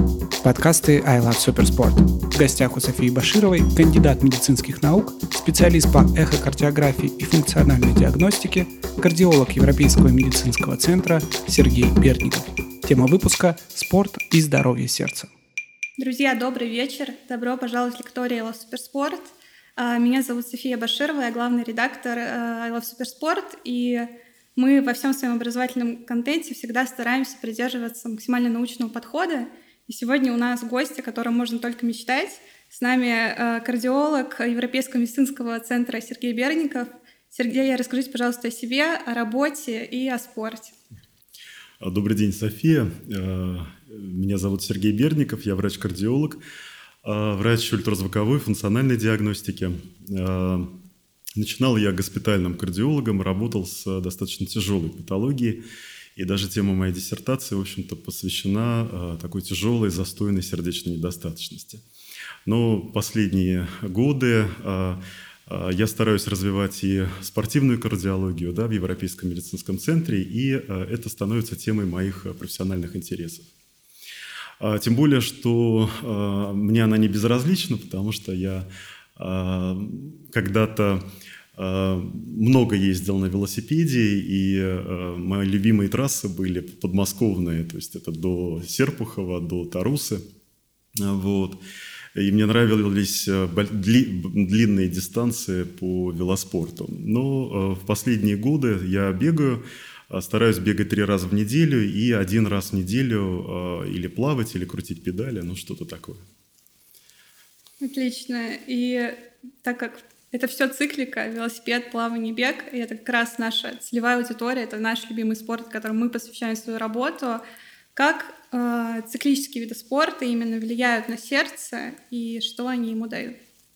Подкасты I Love Supersport. В гостях у Софии Башировой кандидат медицинских наук, специалист по эхокардиографии и функциональной диагностике, кардиолог Европейского медицинского центра Сергей Бердников. Тема выпуска «Спорт и здоровье сердца». Друзья, добрый вечер. Добро пожаловать в лекторию I Love Supersport. Меня зовут София Баширова, я главный редактор I Love Supersport, и мы во всем своем образовательном контенте всегда стараемся придерживаться максимально научного подхода. И сегодня у нас гость, о котором можно только мечтать. С нами кардиолог Европейского медицинского центра Сергей Бердников. Сергей, расскажите, пожалуйста, о себе, о работе и о спорте. Добрый день, София. Меня зовут Сергей Бердников, я врач-кардиолог, врач ультразвуковой функциональной диагностики. Начинал я госпитальным кардиологом, работал с достаточно тяжелой патологией, и даже тема моей диссертации, в общем-то, посвящена такой тяжелой застойной сердечной недостаточности. Но последние годы я стараюсь развивать и спортивную кардиологию, в Европейском медицинском центре, и это становится темой моих профессиональных интересов. Тем более, что мне она не безразлична, потому что я когда-то много ездил на велосипеде, и мои любимые трассы были подмосковные, то есть это до Серпухова, до Тарусы. Вот. И мне нравились длинные дистанции по велоспорту. Но в последние годы я бегаю, стараюсь бегать 3 раза в неделю и 1 раз в неделю или плавать, или крутить педали, что-то такое. Отлично. И так как это все циклика, велосипед, плавание, бег, и это как раз наша целевая аудитория, это наш любимый спорт, которому мы посвящаем свою работу. Как циклические виды спорта именно влияют на сердце и что они ему дают?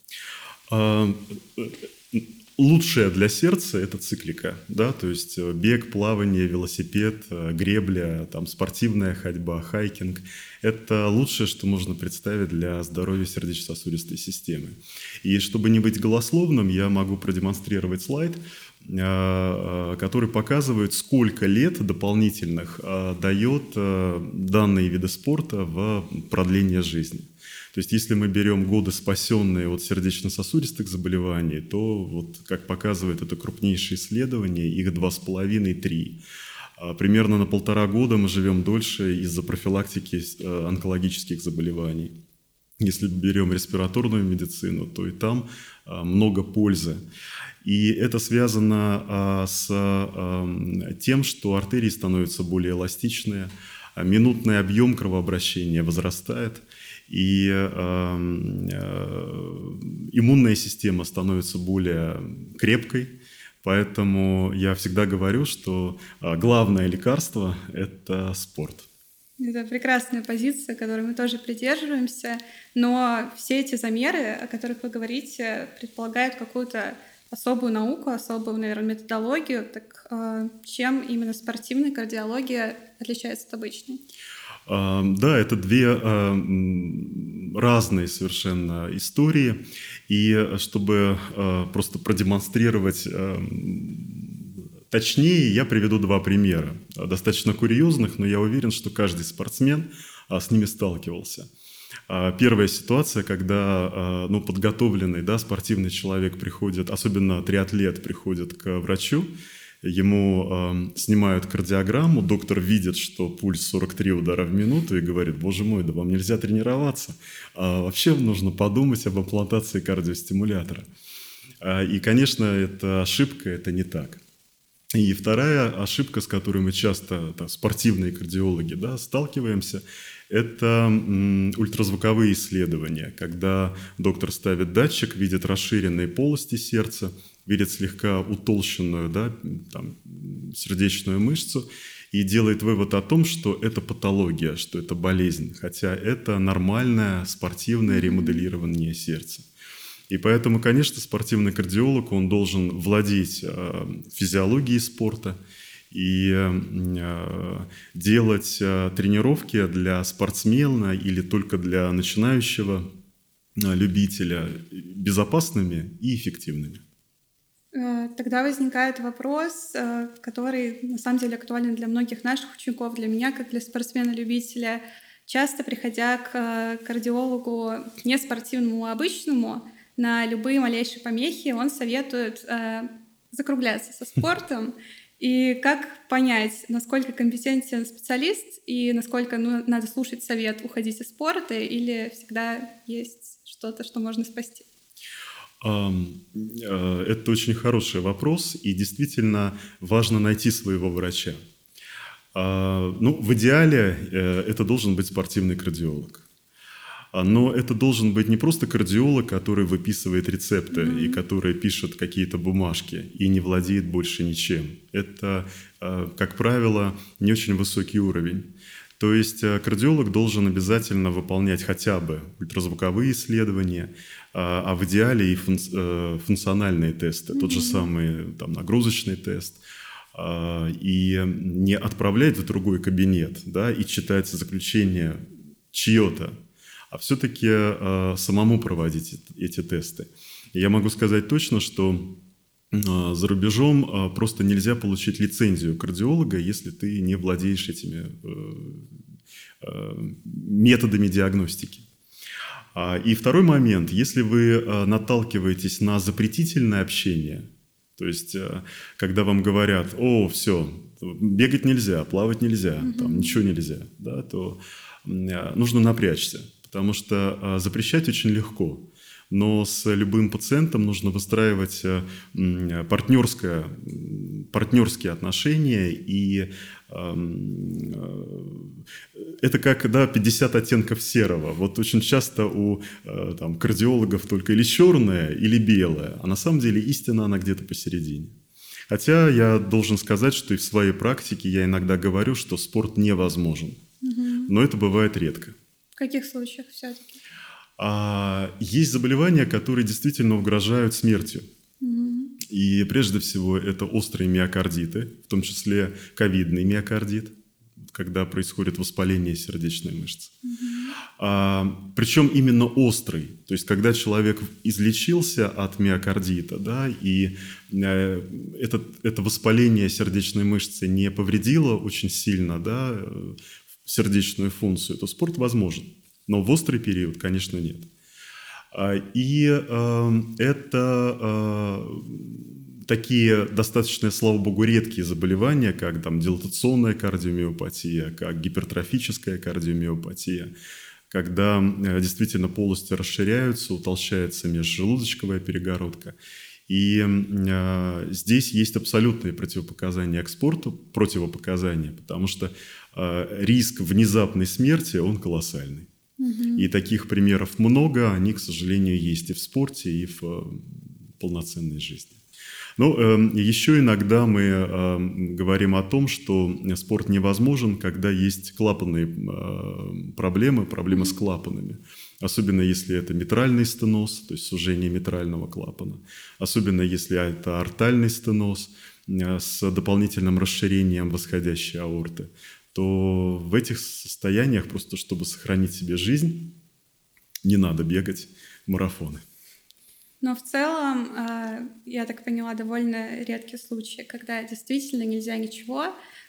Лучшее для сердца – это циклика, то есть бег, плавание, велосипед, гребля, спортивная ходьба, хайкинг – это лучшее, что можно представить для здоровья сердечно-сосудистой системы. И чтобы не быть голословным, я могу продемонстрировать слайд, который показывает, сколько лет дополнительных дает данные виды спорта в продление жизни. То есть, если мы берем годы, спасенные от сердечно-сосудистых заболеваний, то, как показывает это крупнейшее исследование, их 2,5-3. Примерно на 1,5 года мы живем дольше из-за профилактики онкологических заболеваний. Если берем респираторную медицину, то и там много пользы. И это связано с тем, что артерии становятся более эластичные, минутный объем кровообращения возрастает, и иммунная система становится более крепкой. Поэтому я всегда говорю, что главное лекарство – это спорт. Это прекрасная позиция, которой мы тоже придерживаемся, но все эти замеры, о которых вы говорите, предполагают какую-то особую науку, особую, наверное, методологию. Так чем именно спортивная кардиология отличается от обычной? Да, это 2 разные совершенно истории. И чтобы просто продемонстрировать точнее, я приведу 2 примера. Достаточно курьезных, но я уверен, что каждый спортсмен с ними сталкивался. Первая ситуация, когда подготовленный спортивный человек приходит, особенно триатлет, приходит к врачу, ему снимают кардиограмму, доктор видит, что пульс 43 удара в минуту и говорит: «Боже мой, да вам нельзя тренироваться, вообще нужно подумать об имплантации кардиостимулятора». И, конечно, это ошибка, это не так. И вторая ошибка, с которой мы часто, спортивные кардиологи, сталкиваемся, это ультразвуковые исследования, когда доктор ставит датчик, видит расширенные полости сердца, видит слегка утолщенную сердечную мышцу и делает вывод о том, что это патология, что это болезнь, хотя это нормальное спортивное ремоделирование сердца. И поэтому, конечно, спортивный кардиолог, он должен владеть физиологией спорта и делать тренировки для спортсмена или только для начинающего любителя безопасными и эффективными. Тогда возникает вопрос, который на самом деле актуален для многих наших учеников, для меня, как для спортсмена-любителя. часто, приходя к кардиологу не спортивному, а обычному, на любые малейшие помехи он советует закругляться со спортом. И как понять, насколько компетентен специалист и насколько надо слушать совет уходить из спорта, или всегда есть что-то, что можно спасти? Это очень хороший вопрос, и действительно важно найти своего врача. В идеале это должен быть спортивный кардиолог. Но это должен быть не просто кардиолог, который выписывает рецепты и который пишет какие-то бумажки и не владеет больше ничем. Это, как правило, не очень высокий уровень. То есть кардиолог должен обязательно выполнять хотя бы ультразвуковые исследования, а в идеале и функциональные тесты, тот же самый нагрузочный тест, и не отправлять в другой кабинет, да, и читать заключение чье-то, а все-таки самому проводить эти тесты. И я могу сказать точно, что за рубежом просто нельзя получить лицензию кардиолога, если ты не владеешь этими методами диагностики. И второй момент, если вы наталкиваетесь на запретительное общение, то есть когда вам говорят: о, все, бегать нельзя, плавать нельзя, там, ничего нельзя, да, то нужно напрячься, потому что запрещать очень легко. Но с любым пациентом нужно выстраивать партнерские отношения, и это как 50 оттенков серого. Вот очень часто у кардиологов только или черное, или белое, а на самом деле истина, она где-то посередине. Хотя я должен сказать, что и в своей практике я иногда говорю, что спорт невозможен, но это бывает редко. В каких случаях все-таки? Есть заболевания, которые действительно угрожают смертью. И прежде всего это острые миокардиты, в том числе ковидный миокардит, когда происходит воспаление сердечной мышцы. Причем именно острый, то есть когда человек излечился от миокардита, да, и это воспаление сердечной мышцы не повредило очень сильно, да, сердечную функцию, то спорт возможен. Но в острый период, конечно, нет. И это такие достаточно, слава богу, редкие заболевания, как дилатационная кардиомиопатия, как гипертрофическая кардиомиопатия, когда действительно полости расширяются, утолщается межжелудочковая перегородка. И здесь есть абсолютные противопоказания к спорту, потому что риск внезапной смерти, он колоссальный. И таких примеров много, они, к сожалению, есть и в спорте, и в полноценной жизни. Еще иногда мы говорим о том, что спорт невозможен, когда есть клапанные проблемы с клапанами. Особенно если это митральный стеноз, то есть сужение митрального клапана. Особенно если это аортальный стеноз с дополнительным расширением восходящей аорты. То в этих состояниях, просто чтобы сохранить себе жизнь, не надо бегать марафоны. Но в целом, я так поняла, довольно редкие случаи, когда действительно нельзя ничего,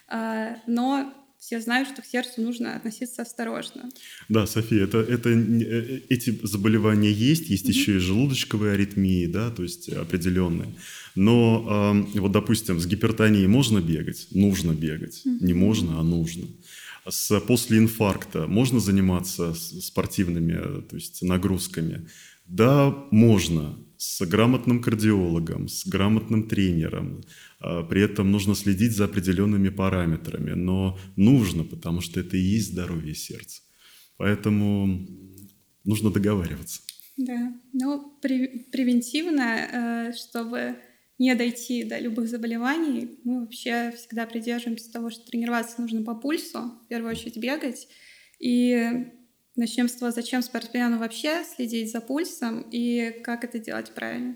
но все знают, что к сердцу нужно относиться осторожно. Да, София, эти заболевания есть еще и желудочковые аритмии, да, то есть определенные. Но вот, допустим, с гипертонией можно бегать? Нужно бегать. Не можно, а нужно. После инфаркта можно заниматься спортивными, то есть нагрузками? Да, можно. С грамотным кардиологом, с грамотным тренером. При этом нужно следить за определенными параметрами. Но нужно, потому что это и есть здоровье сердца. Поэтому нужно договариваться. Да, превентивно, чтобы не дойти до любых заболеваний, мы вообще всегда придерживаемся того, что тренироваться нужно по пульсу, в первую очередь бегать. И начнем с того, зачем спортсмену вообще следить за пульсом и как это делать правильно.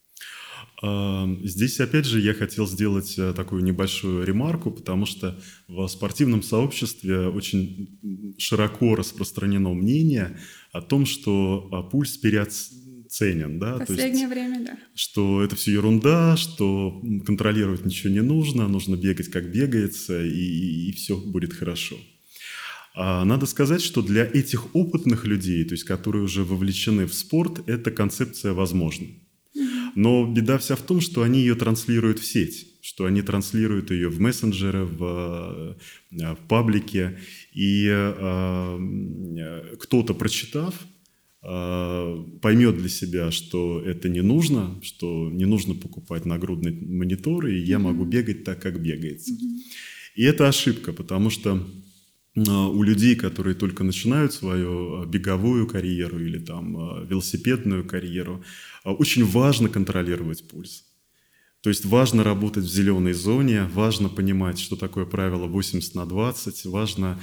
Здесь, опять же, я хотел сделать такую небольшую ремарку, потому что в спортивном сообществе очень широко распространено мнение о том, что пульс переоценен. Да? В последнее время, да. Что это все ерунда, что контролировать ничего не нужно, нужно бегать, как бегается, и все будет хорошо. Надо сказать, что для этих опытных людей, то есть которые уже вовлечены в спорт, эта концепция возможна. Но беда вся в том, что они ее транслируют в сеть, что они транслируют ее в мессенджеры, в паблике. И кто-то, прочитав, поймет для себя, что это не нужно, что не нужно покупать нагрудный монитор, и я могу бегать так, как бегается. И это ошибка, потому что у людей, которые только начинают свою беговую карьеру или там велосипедную карьеру, очень важно контролировать пульс. То есть важно работать в зеленой зоне, важно понимать, что такое правило 80/20, важно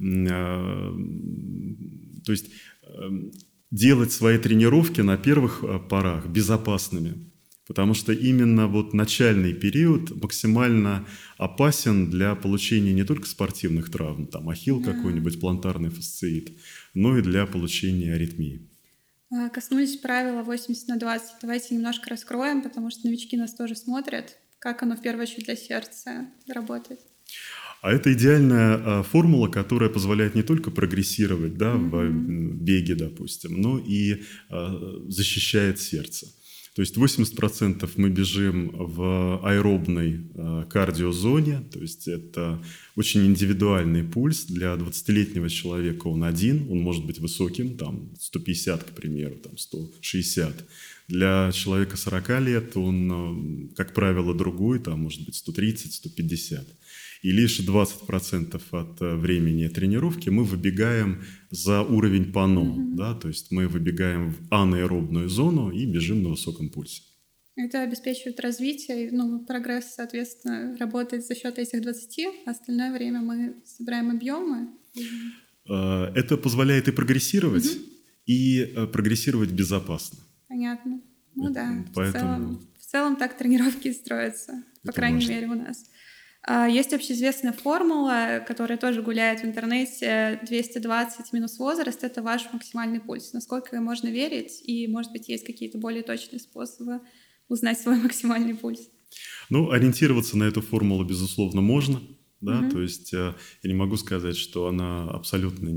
то есть, делать свои тренировки на первых порах безопасными. Потому что именно вот начальный период максимально опасен для получения не только спортивных травм, там ахилл какой-нибудь, плантарный фасциит, но и для получения аритмии. Коснулись правила 80/20. Давайте немножко раскроем, потому что новички нас тоже смотрят, как оно в первую очередь для сердца работает. А это идеальная формула, которая позволяет не только прогрессировать, да, в беге, допустим, но и защищает сердце. То есть 80% мы бежим в аэробной кардиозоне, то есть это очень индивидуальный пульс. Для 20-летнего человека он один, он может быть высоким, там 150, к примеру, там 160. Для человека 40 лет он, как правило, другой, там может быть 130-150. И лишь 20% от времени тренировки мы выбегаем за уровень ПАНО, да, то есть мы выбегаем в анаэробную зону и бежим на высоком пульсе. Это обеспечивает развитие, прогресс, соответственно, работает за счет этих 20, а остальное время мы собираем объемы. Это позволяет и прогрессировать, и прогрессировать безопасно. Понятно. Да, Поэтому... в целом так тренировки и строятся, по крайней мере, у нас. Есть общеизвестная формула, которая тоже гуляет в интернете, 220 минус возраст — это ваш максимальный пульс. Насколько можно верить, и, может быть, есть какие-то более точные способы узнать свой максимальный пульс? Ориентироваться на эту формулу, безусловно, можно. Да? То есть я не могу сказать, что она абсолютно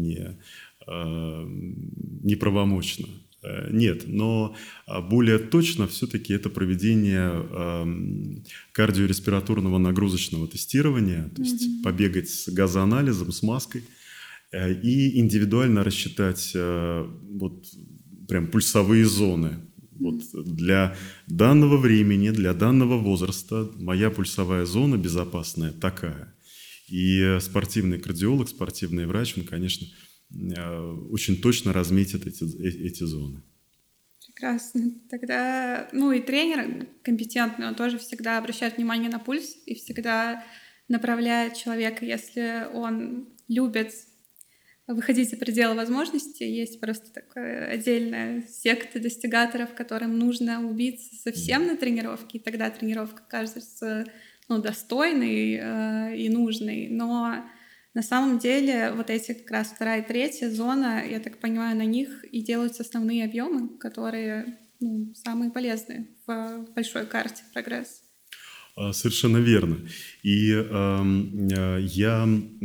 не правомочна. Нет, но более точно все-таки это проведение кардиореспираторного нагрузочного тестирования, то есть побегать с газоанализом, с маской и индивидуально рассчитать прям пульсовые зоны. Для данного времени, для данного возраста моя пульсовая зона безопасная такая. И спортивный кардиолог, спортивный врач, он, конечно, очень точно разметит эти зоны. Прекрасно. Тогда, и тренер компетентный, он тоже всегда обращает внимание на пульс и всегда направляет человека, если он любит выходить за пределы возможностей. Есть просто такая отдельная секта достигаторов, которым нужно убиться совсем на тренировке, и тогда тренировка кажется достойной и нужной. Но на самом деле вот эти как раз 2-я и 3-я зона, я так понимаю, на них и делаются основные объемы, которые самые полезные в большой карте прогресс. Совершенно верно. И я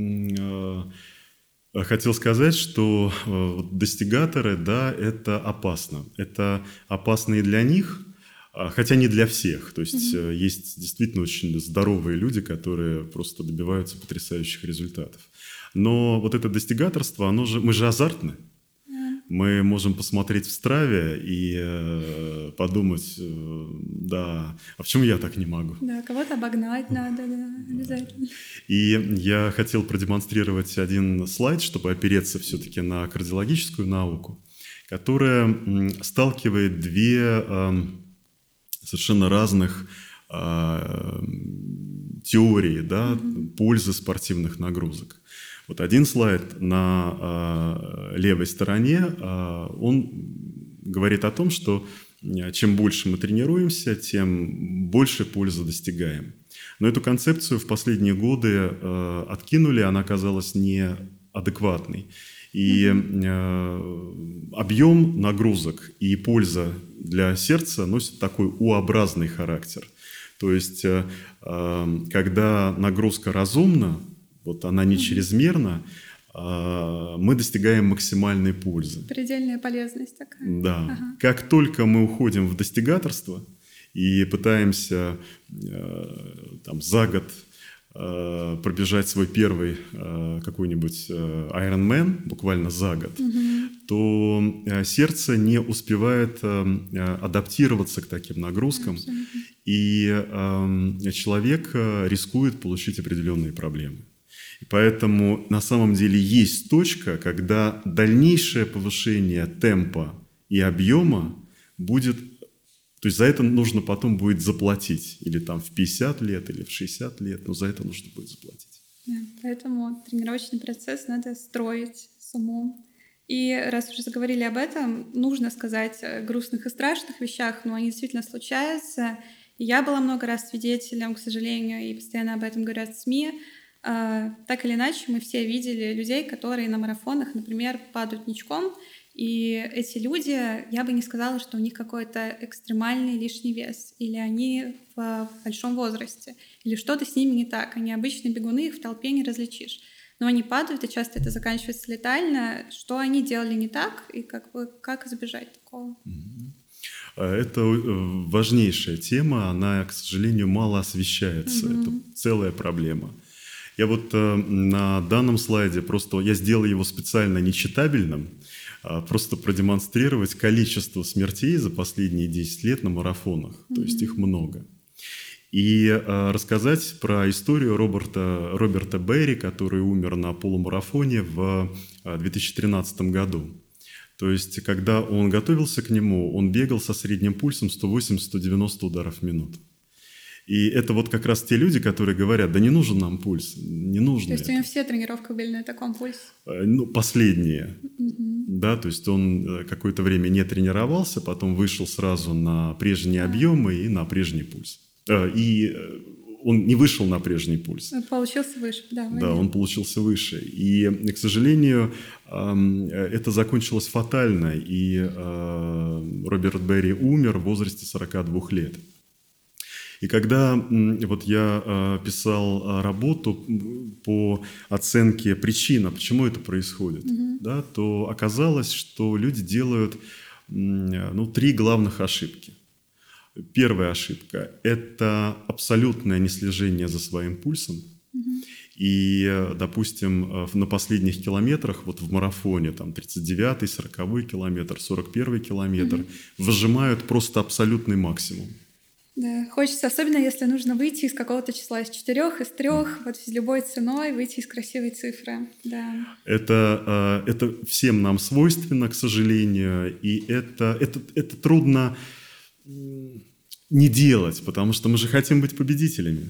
хотел сказать, что достигаторы, да, это опасно. Это опасно и для них, хотя не для всех. То есть есть действительно очень здоровые люди, которые просто добиваются потрясающих результатов. Но вот это достигаторство, мы же азартны. Мы можем посмотреть в Страве и подумать, да, а почему я так не могу? Да, кого-то обогнать надо, да, обязательно. И я хотел продемонстрировать один слайд, чтобы опереться все-таки на кардиологическую науку, которая сталкивает две совершенно разных теории, да, пользы спортивных нагрузок. Вот один слайд на левой стороне, он говорит о том, что чем больше мы тренируемся, тем больше пользы достигаем. Но эту концепцию в последние годы откинули, она оказалась неадекватной. И объем нагрузок и польза для сердца носят такой U-образный характер. То есть, когда нагрузка разумна, вот она не чрезмерна, мы достигаем максимальной пользы. Предельная полезность такая. Да. Ага. Как только мы уходим в достигаторство и пытаемся там, за год пробежать свой первый какой-нибудь Ironman, буквально за год, то сердце не успевает адаптироваться к таким нагрузкам, и человек рискует получить определенные проблемы. И поэтому на самом деле есть точка, когда дальнейшее повышение темпа и объема будет, то есть за это нужно потом будет заплатить, или там в 50 лет, или в 60 лет, но за это нужно будет заплатить. Да, поэтому тренировочный процесс надо строить с умом. И раз уже заговорили об этом, нужно сказать о грустных и страшных вещах, но они действительно случаются. И я была много раз свидетелем, к сожалению, и постоянно об этом говорят СМИ. Так или иначе, мы все видели людей, которые на марафонах, например, падают ничком. И эти люди, я бы не сказала, что у них какой-то экстремальный лишний вес, или они в большом возрасте, или что-то с ними не так. Они обычные бегуны, их в толпе не различишь. Но они падают, и часто это заканчивается летально. Что они делали не так, и как избежать такого? Это важнейшая тема, она, к сожалению, мало освещается. Это целая проблема. Я вот на данном слайде просто, я сделал его специально нечитабельным, просто продемонстрировать количество смертей за последние 10 лет на марафонах. То есть их много. И рассказать про историю Роберта Берри, который умер на полумарафоне в 2013 году. То есть, когда он готовился к нему, он бегал со средним пульсом 180-190 ударов в минуту. И это вот как раз те люди, которые говорят, да не нужен нам пульс, не нужно. То есть у него все тренировки были на таком пульсе? Ну, последние. Да, то есть он какое-то время не тренировался, потом вышел сразу на прежние объемы и на прежний пульс. И он не вышел на прежний пульс. Он получился выше, да. Да, он получился выше. И, к сожалению, это закончилось фатально, и Роберт Берри умер в возрасте 42 лет. И когда вот я писал работу по оценке причин, почему это происходит, да, то оказалось, что люди делают 3 главных ошибки. Первая ошибка – это абсолютное неслежение за своим пульсом. И, допустим, на последних километрах, вот в марафоне, там 39-й, 40-й километр, 41-й километр, выжимают просто абсолютный максимум. Да, хочется, особенно если нужно выйти из какого-то числа, из 4, из 3, вот с любой ценой выйти из красивой цифры. Да. Это всем нам свойственно, к сожалению, и это трудно не делать, потому что мы же хотим быть победителями.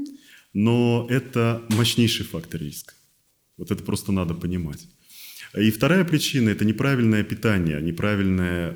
Но это мощнейший фактор риска. Вот это просто надо понимать. И вторая причина – это неправильное питание, неправильная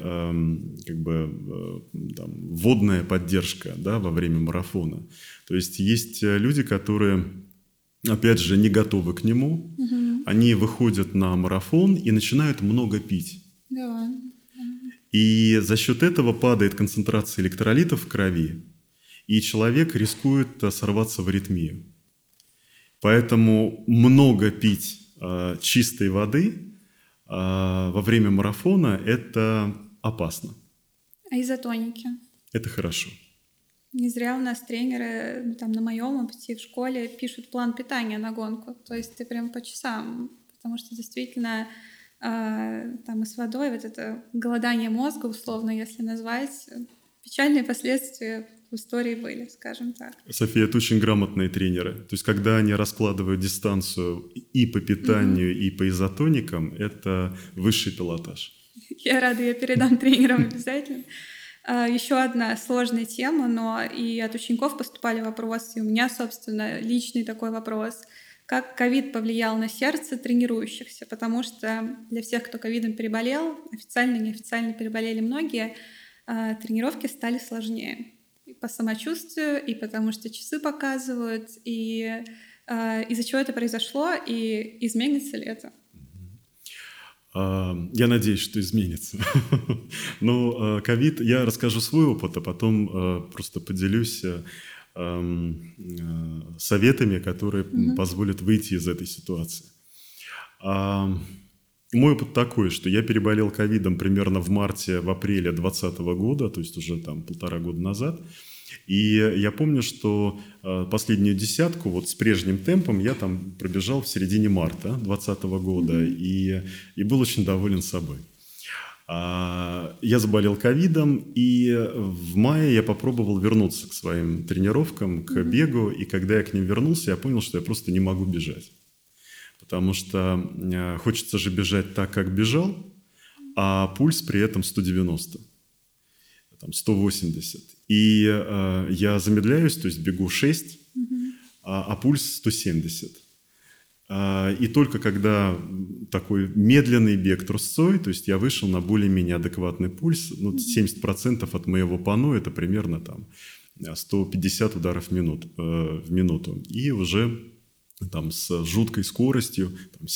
водная поддержка, да, во время марафона. То есть люди, которые, опять же, не готовы к нему, они выходят на марафон и начинают много пить. Да. И за счет этого падает концентрация электролитов в крови, и человек рискует сорваться в аритмию. Поэтому много пить чистой воды во время марафона – это опасно. А изотоники? Это хорошо. Не зря у нас тренеры там, на моем опыте в школе пишут план питания на гонку. То есть ты прям по часам, потому что действительно там и с водой вот это голодание мозга, условно, если назвать, печальные последствия в истории были, скажем так. София, это очень грамотные тренеры. То есть, когда они раскладывают дистанцию и по питанию, и по изотоникам, это высший пилотаж. Я рада, я передам тренерам обязательно. Еще одна сложная тема, но и от учеников поступали вопросы, и у меня, собственно, личный такой вопрос. Как ковид повлиял на сердце тренирующихся? Потому что для всех, кто ковидом переболел, официально, неофициально переболели многие, тренировки стали сложнее. И по самочувствию, и потому что часы показывают, и из-за чего это произошло, и изменится ли это? Я надеюсь, что изменится. Но ковид, я расскажу свой опыт, а потом просто поделюсь советами, которые позволят выйти из этой ситуации. Мой опыт такой, что я переболел ковидом примерно в апреле 2020 года, то есть уже там 1,5 года назад. И я помню, что последнюю десятку вот с прежним темпом я там пробежал в середине марта 2020 года и был очень доволен собой. Я заболел ковидом, и в мае я попробовал вернуться к своим тренировкам, к бегу, и когда я к ним вернулся, я понял, что я просто не могу бежать. Потому что хочется же бежать так, как бежал, а пульс при этом 190, там 180. И я замедляюсь, то есть бегу 6, а пульс 170. И только когда такой медленный бег трусцой, то есть я вышел на более-менее адекватный пульс, 70% от моего ПАНО, это примерно там 150 ударов в минуту. И уже там с жуткой скоростью, там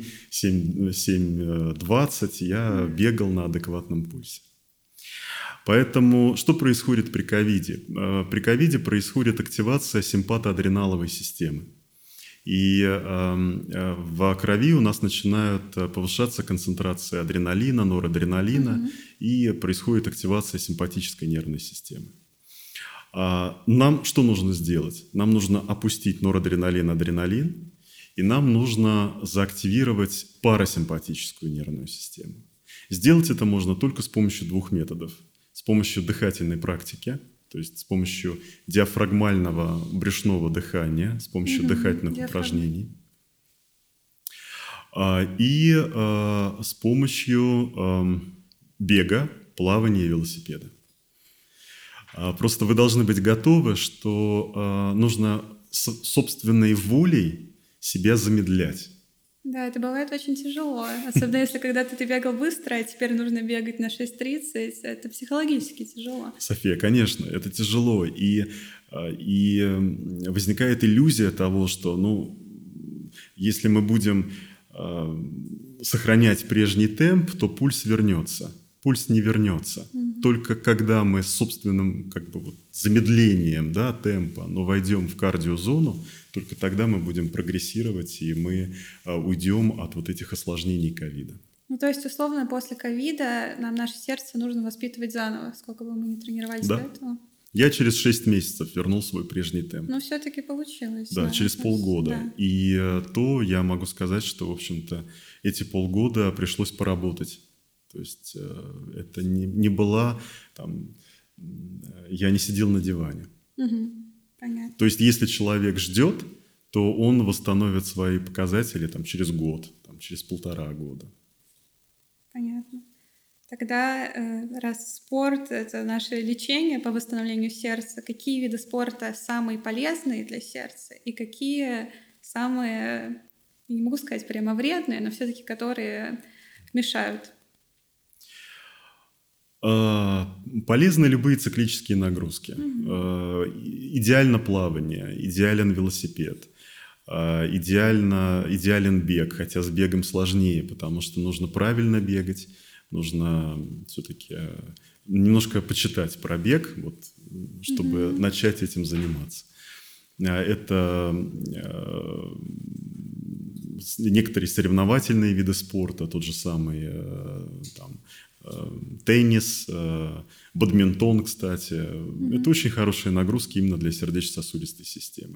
7-20 я бегал на адекватном пульсе. Поэтому что происходит при ковиде? При ковиде происходит активация симпатоадреналовой системы. И в крови у нас начинают повышаться концентрации адреналина, норадреналина, и происходит активация симпатической нервной системы. Нам что нужно сделать? Нам нужно опустить норадреналин, адреналин, и нам нужно заактивировать парасимпатическую нервную систему. Сделать это можно только с помощью 2 методов. С помощью дыхательной практики, то есть с помощью диафрагмального брюшного дыхания, с помощью дыхательных упражнений, и с помощью бега, плавания и велосипеда. Просто вы должны быть готовы, что нужно собственной волей себя замедлять. Да, это бывает очень тяжело, особенно если когда-то ты бегал быстро, а теперь нужно бегать на 6:30, это психологически тяжело. София, конечно, это тяжело, и возникает иллюзия того, что, если мы будем сохранять прежний темп, то пульс вернется. Пульс не вернется. Только когда мы с собственным замедлением темпа, войдем в кардиозону, только тогда мы будем прогрессировать, и мы уйдем от вот этих осложнений ковида. То есть, условно, после ковида нам наше сердце нужно воспитывать заново, сколько бы мы ни тренировались до этого. Я через 6 месяцев вернул свой прежний темп. Все-таки получилось. Да, через полгода. Да. И то я могу сказать, что, в общем-то, эти полгода пришлось поработать. То есть это не была я не сидел на диване. Понятно. То есть если человек ждет, то он восстановит свои показатели через год, через 1,5 года. Понятно. Тогда, раз спорт – это наше лечение по восстановлению сердца, какие виды спорта самые полезные для сердца и какие самые, не могу сказать прямо вредные, но все-таки которые мешают? Полезны любые циклические нагрузки. Идеально плавание, идеален велосипед, идеален бег, хотя с бегом сложнее, потому что нужно правильно бегать, нужно все-таки немножко почитать про бег, чтобы начать этим заниматься. Это некоторые соревновательные виды спорта, тот же самый теннис, бадминтон, кстати. Это очень хорошие нагрузки именно для сердечно-сосудистой системы.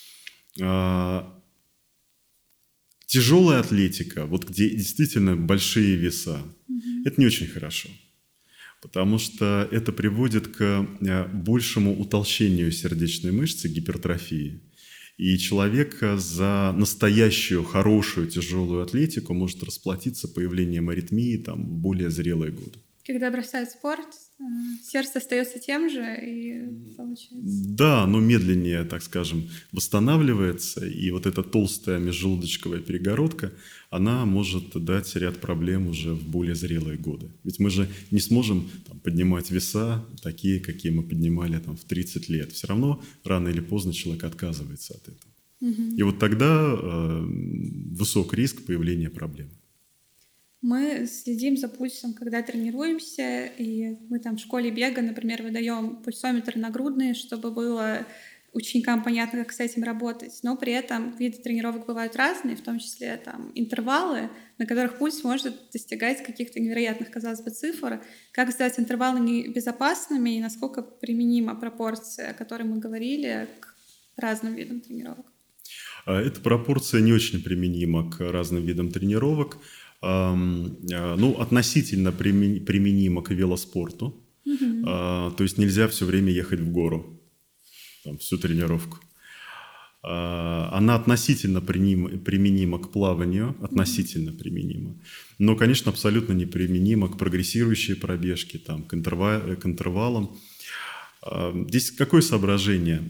Тяжелая атлетика, где действительно большие веса, это не очень хорошо, потому что это приводит к большему утолщению сердечной мышцы, гипертрофии. И человек за настоящую, хорошую, тяжелую атлетику может расплатиться появлением аритмии в более зрелые годы. Когда бросает спорт, сердце остается тем же, и получается... Да, но медленнее, так скажем, восстанавливается, и вот эта толстая межжелудочковая перегородка, она может дать ряд проблем уже в более зрелые годы. Ведь мы же не сможем поднимать веса такие, какие мы поднимали в 30 лет. Все равно рано или поздно человек отказывается от этого. И вот тогда высок риск появления проблем. Мы следим за пульсом, когда тренируемся, и мы в школе бега, например, выдаем пульсометр нагрудный, чтобы было ученикам понятно, как с этим работать, но при этом виды тренировок бывают разные, в том числе там интервалы, на которых пульс может достигать каких-то невероятных, казалось бы, цифр. Как сделать интервалы безопасными и насколько применима пропорция, о которой мы говорили, к разным видам тренировок? Эта пропорция не очень применима к разным видам тренировок. Относительно применима к велоспорту. То есть нельзя все время ехать в гору, всю тренировку. Она относительно применима к плаванию, относительно применима. Но, конечно, абсолютно неприменима к прогрессирующей пробежке, к интервалам. Здесь какое соображение?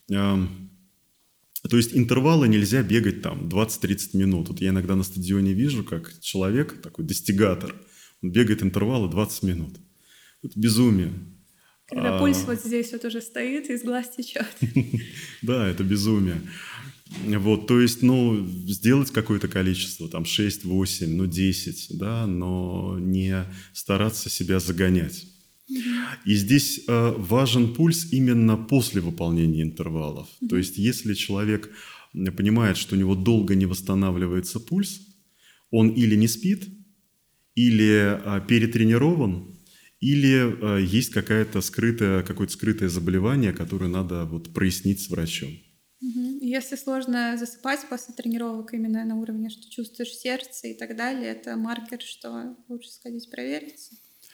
То есть интервалы нельзя бегать 20-30 минут. Вот я иногда на стадионе вижу, как человек, такой достигатор, он бегает интервалы 20 минут. Это безумие. Когда пульс вот здесь вот уже стоит, из глаз течет. Да, это безумие. То есть, сделать какое-то количество, 6, 8, 10, да, но не стараться себя загонять. И здесь важен пульс именно после выполнения интервалов. То есть, если человек понимает, что у него долго не восстанавливается пульс, он или не спит, или перетренирован, или есть какое-то скрытое заболевание, которое надо прояснить с врачом. Если сложно засыпать после тренировок именно на уровне, что чувствуешь сердце и так далее, это маркер, что лучше сходить провериться?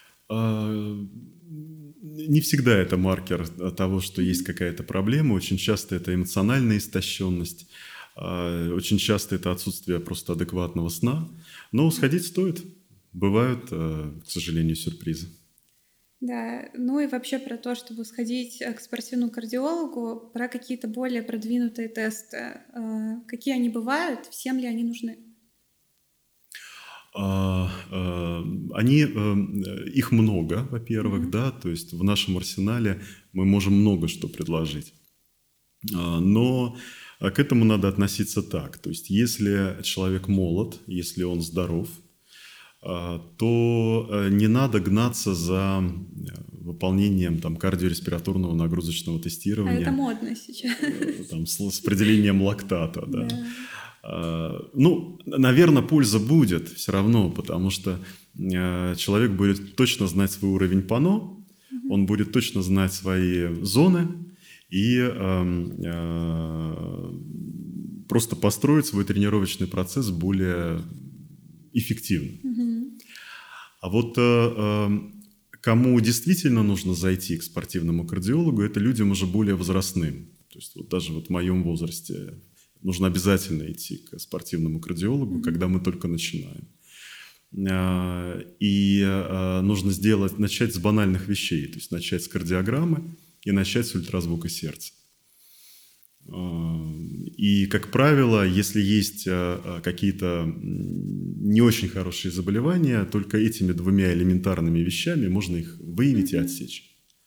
Не всегда это маркер того, что есть какая-то проблема. Очень часто это эмоциональная истощенность. Очень часто это отсутствие просто адекватного сна. Но сходить стоит. Бывают, к сожалению, сюрпризы. Да, и вообще про то, чтобы сходить к спортивному кардиологу, про какие-то более продвинутые тесты. Какие они бывают, всем ли они нужны? Их много, во-первых, да, то есть в нашем арсенале мы можем много что предложить. Но к этому надо относиться так. То есть если человек молод, если он здоров, то не надо гнаться за выполнением кардиореспираторного нагрузочного тестирования. А это модно сейчас. С определением лактата, да. Наверное, польза будет все равно, потому что человек будет точно знать свой уровень ПАНО, он будет точно знать свои зоны и просто построить свой тренировочный процесс более эффективно. А кому действительно нужно зайти к спортивному кардиологу, это людям уже более возрастным. То есть даже в моем возрасте нужно обязательно идти к спортивному кардиологу, когда мы только начинаем. И нужно начать с банальных вещей, то есть начать с кардиограммы и начать с ультразвука сердца. И, как правило, если есть какие-то не очень хорошие заболевания, только этими двумя элементарными вещами можно их выявить и отсечь.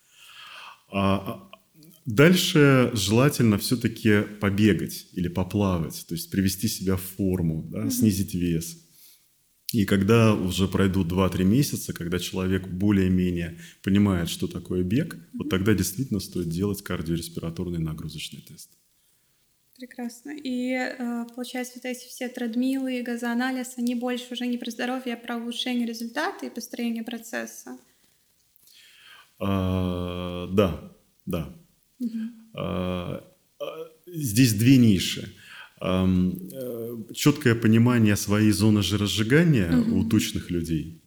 Дальше желательно все-таки побегать или поплавать, то есть привести себя в форму, да, снизить вес. И когда уже пройдут 2-3 месяца, когда человек более-менее понимает, что такое бег, вот тогда действительно стоит делать кардиореспираторный нагрузочный тест. Прекрасно. И получается, вот эти все тредмилы, газоанализ, они больше уже не про здоровье, а про улучшение результата и построение процесса? Да. Здесь две ниши. Четкое понимание своей зоны жиросжигания у тучных людей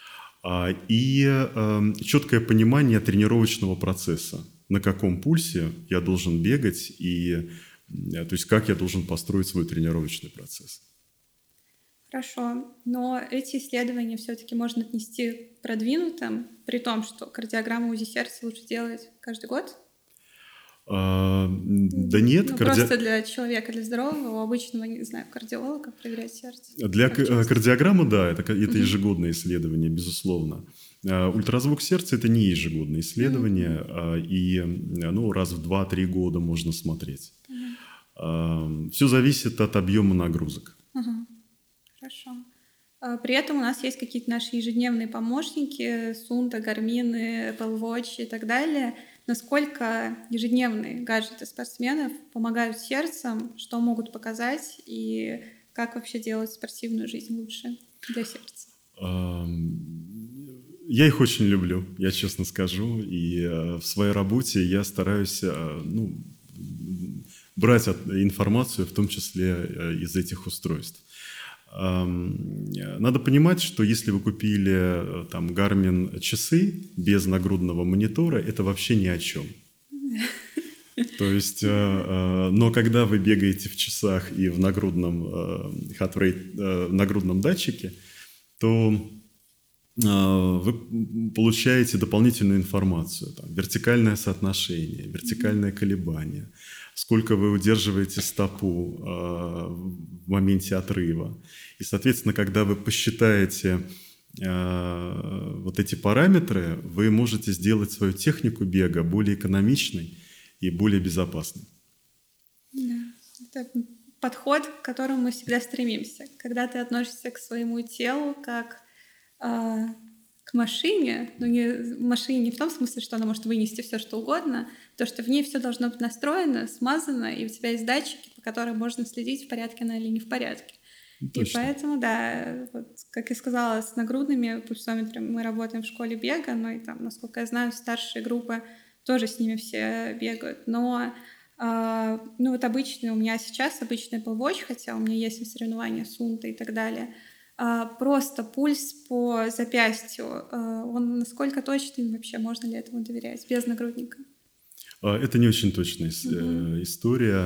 и четкое понимание тренировочного процесса, на каком пульсе я должен бегать и то есть как я должен построить свой тренировочный процесс. Хорошо, но эти исследования все-таки можно отнести к продвинутым, при том, что кардиограмму УЗИ сердца лучше делать каждый год? Да нет. Просто для человека, для здорового, обычного, не знаю, кардиолога проверять сердце. Для кардиограммы, да, это ежегодное исследование, безусловно. Ультразвук сердца – это не ежегодное исследование, и раз в 2-3 года можно смотреть. Все зависит от объема нагрузок. Хорошо. При этом у нас есть какие-то наши ежедневные помощники, Сунта, Гармины, Apple Watch и так далее. насколько ежедневные гаджеты спортсменов помогают сердцам, что могут показать и как вообще делать спортивную жизнь лучше для сердца? Я их очень люблю, я честно скажу, и в своей работе я стараюсь брать информацию, в том числе из этих устройств. Надо понимать, что если вы купили там Garmin часы без нагрудного монитора, это вообще ни о чем. То есть, но когда вы бегаете в часах и в нагрудном heart rate, нагрудном датчике, то вы получаете дополнительную информацию, там, вертикальное соотношение, вертикальное колебание, сколько вы удерживаете стопу в моменте отрыва. И, соответственно, когда вы посчитаете вот эти параметры, вы можете сделать свою технику бега более экономичной и более безопасной. Да, это подход, к которому мы всегда стремимся. Когда ты относишься к своему телу как к машине, но не машине не в том смысле, что она может вынести все, что угодно, то, что в ней все должно быть настроено, смазано, и у тебя есть датчики, по которым можно следить, в порядке она или не в порядке. Точно. И поэтому, да, вот, как я сказала, с нагрудными пульсометрами мы работаем в школе бега, но и там, насколько я знаю, старшие группы тоже с ними все бегают. Но ну вот обычный у меня сейчас обычный Apple Watch, хотя у меня есть соревнования с Унтой и так далее, просто пульс по запястью, он насколько точный вообще, можно ли этому доверять без нагрудника? Это не очень точная история,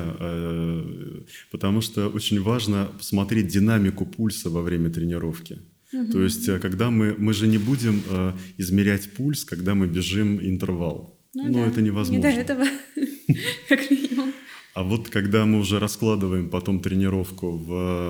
потому что очень важно посмотреть динамику пульса во время тренировки. То есть, когда мы же не будем измерять пульс, когда мы бежим интервал. Ну, да. Это невозможно. Не до этого, как минимум. А вот когда мы уже раскладываем потом тренировку,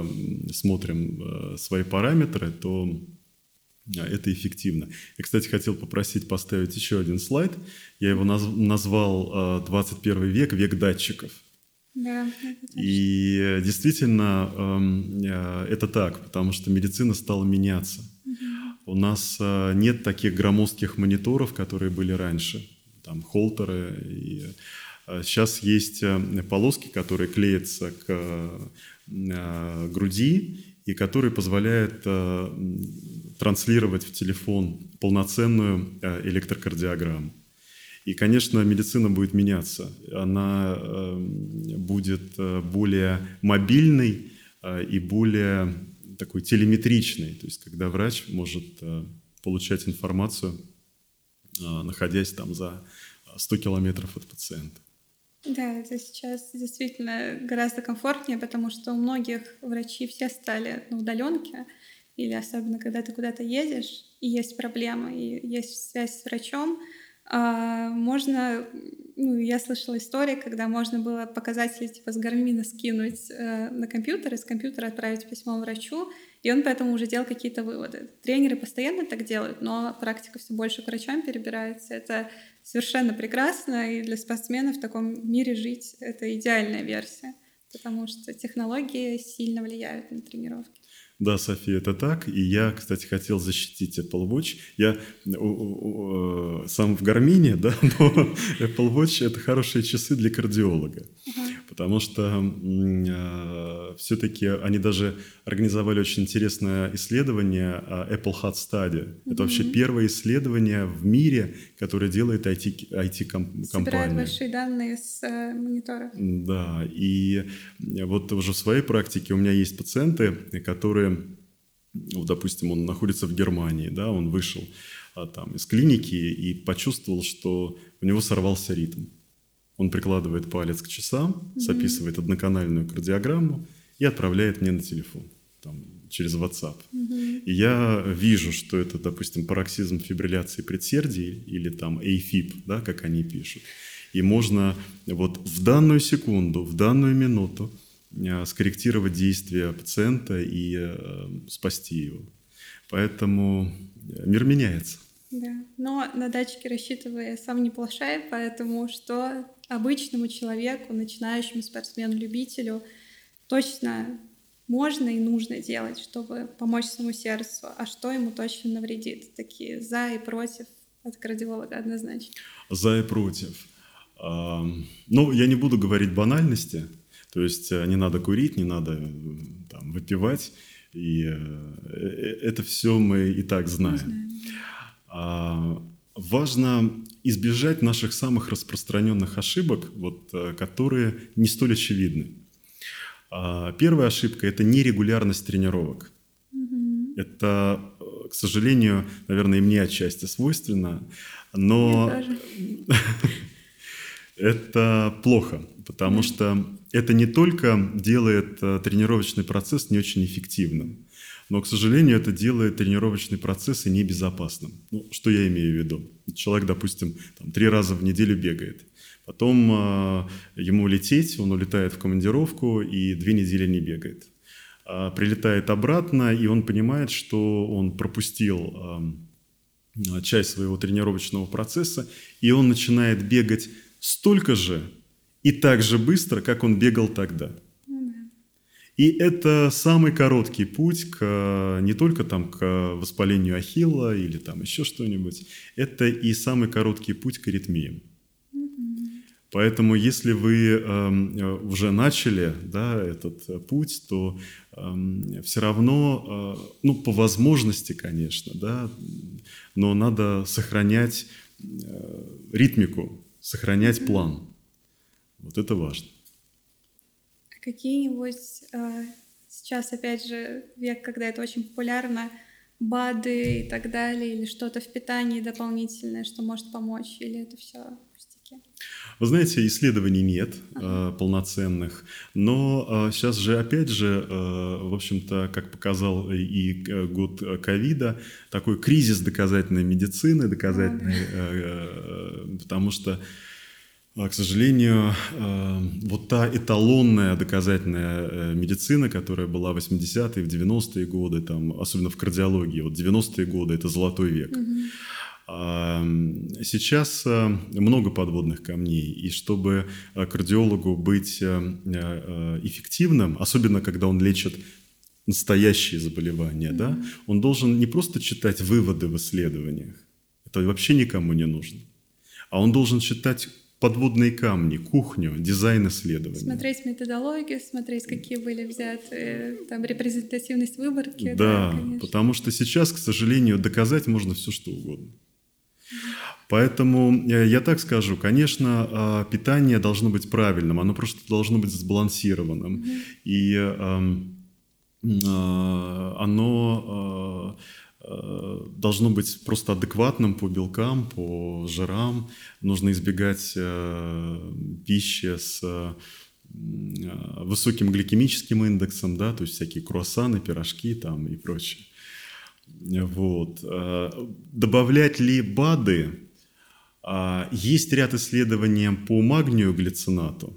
смотрим свои параметры, то это эффективно. Я, кстати, хотел попросить поставить еще один слайд. Я его назвал «21 век, век датчиков». Да, и действительно это так, потому что медицина стала меняться. У нас нет таких громоздких мониторов, которые были раньше, там холтеры. И сейчас есть полоски, которые клеятся к груди и которые позволяют транслировать в телефон полноценную электрокардиограмму. И, конечно, медицина будет меняться. Она будет более мобильной и более такой телеметричной. То есть, когда врач может получать информацию, находясь там за 100 километров от пациента. Да, это сейчас действительно гораздо комфортнее, потому что у многих врачи все стали на удаленке, или особенно когда ты куда-то едешь, и есть проблемы, и есть связь с врачом. Можно, я слышала истории, когда можно было показатели типа с Гармина скинуть на компьютер, и с компьютера отправить письмо врачу, и он поэтому уже делал какие-то выводы. Тренеры постоянно так делают, но практика все больше к врачам перебирается. Это совершенно прекрасно, и для спортсменов в таком мире жить — это идеальная версия, потому что технологии сильно влияют на тренировки. Да, София, это так. И я, кстати, хотел защитить Apple Watch. Я сам в Гармине, да, но Apple Watch – это хорошие часы для кардиолога. Потому что все-таки они даже организовали очень интересное исследование Apple Heart Study. Это вообще первое исследование в мире, которое делает IT-компания. Собирают большие данные с монитора. Да, и вот уже в своей практике у меня есть пациенты, которые, вот, допустим, он находится в Германии, да, он вышел там из клиники и почувствовал, что у него сорвался ритм. Он прикладывает палец к часам, записывает одноканальную кардиограмму и отправляет мне на телефон там, через WhatsApp. И я вижу, что это, допустим, пароксизм фибрилляции предсердий или там AFib, да, как они пишут. И можно вот в данную секунду, в данную минуту скорректировать действия пациента и спасти его. Поэтому мир меняется. Да, но на датчики рассчитывая сам не плашай, поэтому что обычному человеку, начинающему спортсмену-любителю точно можно и нужно делать, чтобы помочь своему сердцу, а что ему точно навредит. Такие за и против от кардиолога однозначно. За и против. Ну, я не буду говорить банальности, то есть не надо курить, не надо там выпивать, и это все мы и так знаем. Важно избежать наших самых распространенных ошибок, вот, которые не столь очевидны. Первая ошибка – это нерегулярность тренировок. Это, к сожалению, наверное, и мне отчасти свойственно, но это плохо, потому что это не только делает тренировочный процесс не очень эффективным, но, к сожалению, это делает тренировочный процесс и небезопасным. Ну, что я имею в виду? Человек, допустим, 3 раза в неделю бегает. Потом ему лететь, он улетает в командировку и 2 недели не бегает. Прилетает обратно, и он понимает, что он пропустил часть своего тренировочного процесса, и он начинает бегать столько же и так же быстро, как он бегал тогда. И это самый короткий путь не только к воспалению ахилла или еще что-нибудь, это и самый короткий путь к аритмиям. Поэтому, если вы уже начали этот путь, то все равно, по возможности, конечно, но надо сохранять ритмику, сохранять план. Вот это важно. Какие-нибудь сейчас, опять же, век, когда это очень популярно, БАДы и так далее, или что-то в питании дополнительное, что может помочь, или это все пустяки? Вы знаете, исследований нет полноценных, но сейчас же, опять же, в общем-то, как показал и год ковида, такой кризис доказательной медицины, потому что, к сожалению, вот та эталонная доказательная медицина, которая была в 80-е, в 90-е годы, особенно в кардиологии, вот 90-е годы – это золотой век. Сейчас много подводных камней, и чтобы кардиологу быть эффективным, особенно когда он лечит настоящие заболевания, он должен не просто читать выводы в исследованиях, это вообще никому не нужно, а он должен читать подводные камни, кухню, дизайн исследований. Смотреть методологию, смотреть, какие были взяты, репрезентативность выборки. Да, потому что сейчас, к сожалению, доказать можно все, что угодно. Поэтому я так скажу, конечно, питание должно быть правильным, оно просто должно быть сбалансированным. И оно должно быть просто адекватным по белкам, по жирам. Нужно избегать пищи с высоким гликемическим индексом, то есть всякие круассаны, пирожки и прочее. Вот. Добавлять ли БАДы? Есть ряд исследований по магнию глицинату.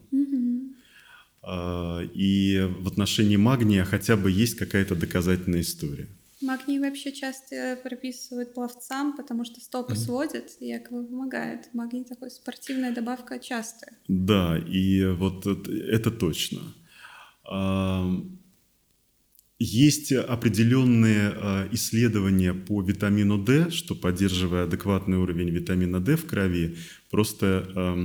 И в отношении магния хотя бы есть какая-то доказательная история. Магний вообще часто прописывают пловцам, потому что стопы сводят и якобы помогает. Магний такой спортивная добавка частая. Да, и вот это точно. Есть определенные исследования по витамину D, что, поддерживая адекватный уровень витамина D в крови, просто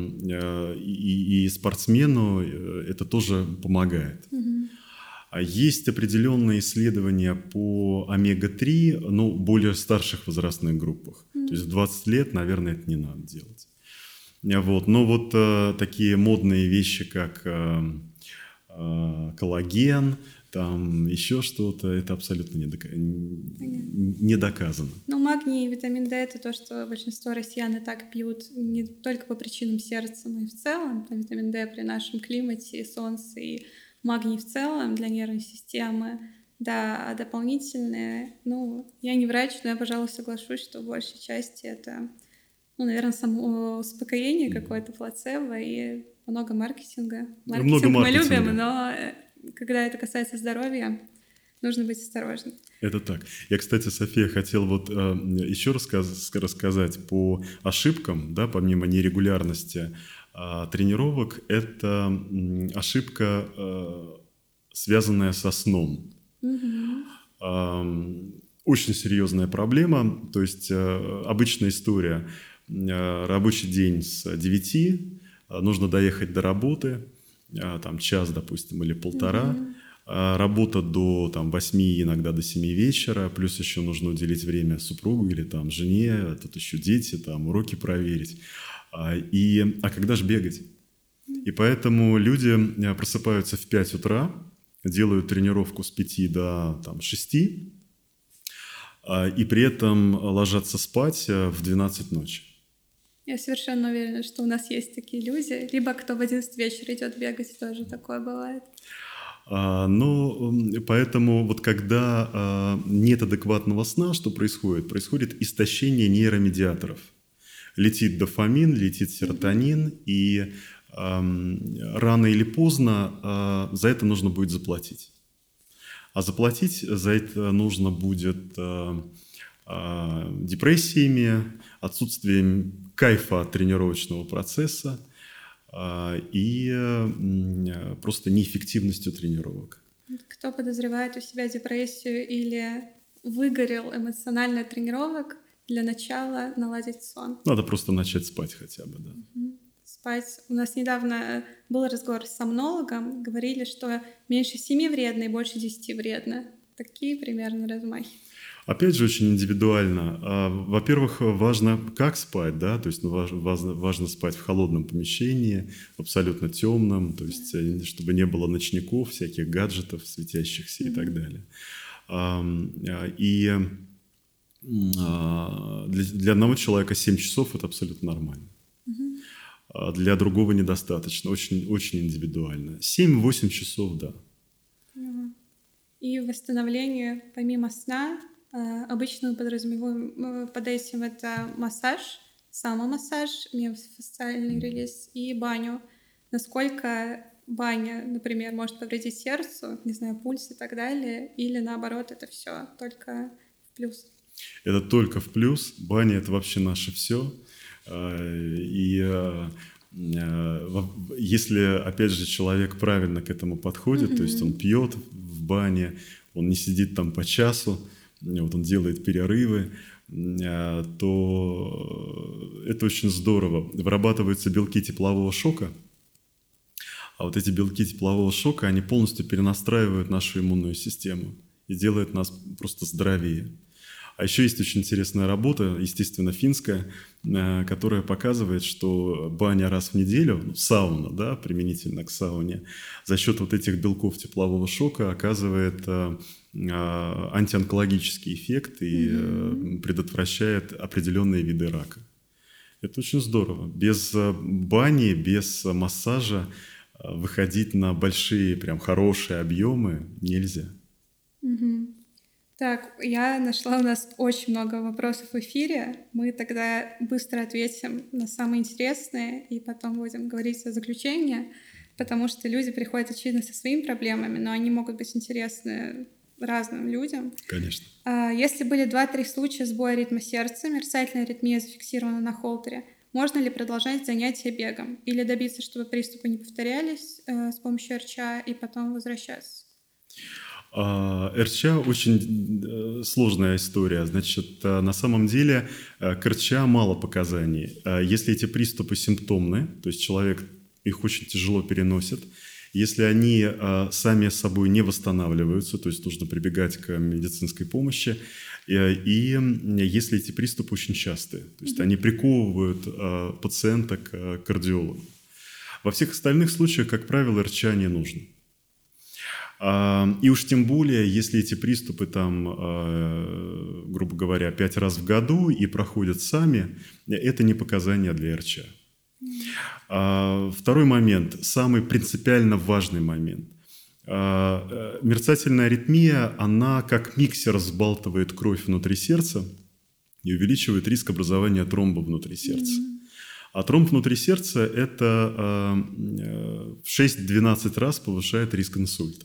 и спортсмену это тоже помогает. А есть определенные исследования по омега-3, в более старших возрастных группах. То есть в 20 лет, наверное, это не надо делать. Вот. Но вот такие модные вещи, как коллаген, еще что-то, это абсолютно не доказано. Магний и витамин D – это то, что большинство россиян и так пьют не только по причинам сердца, но и в целом. Витамин D при нашем климате, солнце и магний в целом для нервной системы. Да, а дополнительные, я не врач, но я, пожалуй, соглашусь, что в большей части это, наверное, само успокоение какое-то, плацебо и много маркетинга. Маркетинг мы любим, но когда это касается здоровья, нужно быть осторожным. Это так. Я, кстати, София, хотел еще рассказать по ошибкам, помимо нерегулярности тренировок, это ошибка, связанная со сном. очень серьезная проблема. То есть обычная история. Рабочий день с 9, нужно доехать до работы, там час, допустим, или полтора. Работа до 8, иногда до 7 вечера, плюс еще нужно уделить время супругу или там жене, тут еще дети, там уроки проверить. А когда же бегать? И поэтому люди просыпаются в 5 утра, делают тренировку с 5 до 6, и при этом ложатся спать в 12 ночи. Я совершенно уверена, что у нас есть такие люди. Либо кто в 11 вечера идет бегать, тоже такое бывает. Поэтому вот когда нет адекватного сна, что происходит? Происходит истощение нейромедиаторов. Летит дофамин, летит серотонин, и рано или поздно за это нужно будет заплатить. А заплатить за это нужно будет депрессиями, отсутствием кайфа от тренировочного процесса и просто неэффективностью тренировок. Кто подозревает у себя депрессию или выгорел эмоционально от тренировок, для начала наладить сон. Надо просто начать спать хотя бы, да. Спать. У нас недавно был разговор с сомнологом, говорили, что меньше 7 вредно и больше 10 вредно. Такие примерно размахи. Опять же, очень индивидуально. Во-первых, важно, как спать, да, то есть важно спать в холодном помещении, в абсолютно темном, то есть чтобы не было ночников, всяких гаджетов, светящихся и так далее. И для одного человека 7 часов – это абсолютно нормально. Для другого недостаточно, очень, очень индивидуально. 7-8 часов, да. И восстановление помимо сна обычно мы подразумеваем под этим это массаж, самомассаж, миофасциальный релиз и баню. Насколько баня, например, может повредить сердцу, не знаю, пульс и так далее, или наоборот это все только в плюс? Это только в плюс. Баня – это вообще наше все. И если, опять же, человек правильно к этому подходит, то есть он пьет в бане, он не сидит там по часу, вот он делает перерывы, то это очень здорово. Вырабатываются белки теплового шока, а вот эти белки теплового шока, они полностью перенастраивают нашу иммунную систему и делают нас просто здоровее. А еще есть очень интересная работа, естественно, финская, которая показывает, что баня раз в неделю, сауна, да, применительно к сауне, за счет вот этих белков теплового шока оказывает антионкологический эффект и предотвращает определенные виды рака. Это очень здорово. Без бани, без массажа выходить на большие, прям хорошие объемы нельзя. Так, я нашла у нас очень много вопросов в эфире. Мы тогда быстро ответим на самые интересные и потом будем говорить о заключении, потому что люди приходят, очевидно, со своими проблемами, но они могут быть интересны разным людям. Конечно. Если были 2-3 случая сбоя ритма сердца, мерцательная аритмия зафиксирована на холтере, можно ли продолжать занятия бегом или добиться, чтобы приступы не повторялись с помощью РЧА и потом возвращаться? РЧА очень сложная история. Значит, на самом деле к РЧА мало показаний. Если эти приступы симптомны, то есть человек их очень тяжело переносит, если они сами собой не восстанавливаются, то есть нужно прибегать к медицинской помощи, и если эти приступы очень частые, то есть они приковывают пациента к кардиологу. Во всех остальных случаях, как правило, РЧА не нужно. И уж тем более, если эти приступы там, грубо говоря, 5 раз в году и проходят сами, это не показания для РЧА. Второй момент, самый принципиально важный момент. Мерцательная аритмия, она как миксер взбалтывает кровь внутри сердца и увеличивает риск образования тромба внутри сердца. А тромб внутри сердца это в 6-12 раз повышает риск инсульта.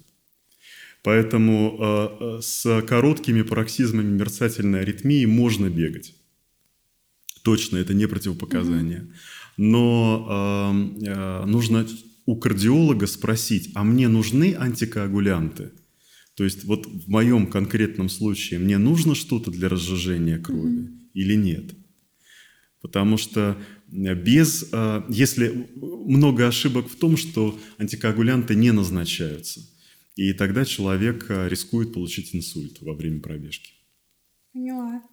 Поэтому с короткими пароксизмами мерцательной аритмии можно бегать. Точно, это не противопоказание. Но нужно у кардиолога спросить, а мне нужны антикоагулянты? То есть вот в моем конкретном случае мне нужно что-то для разжижения крови или нет? Потому что если много ошибок в том, что антикоагулянты не назначаются, и тогда человек рискует получить инсульт во время пробежки. Поняла.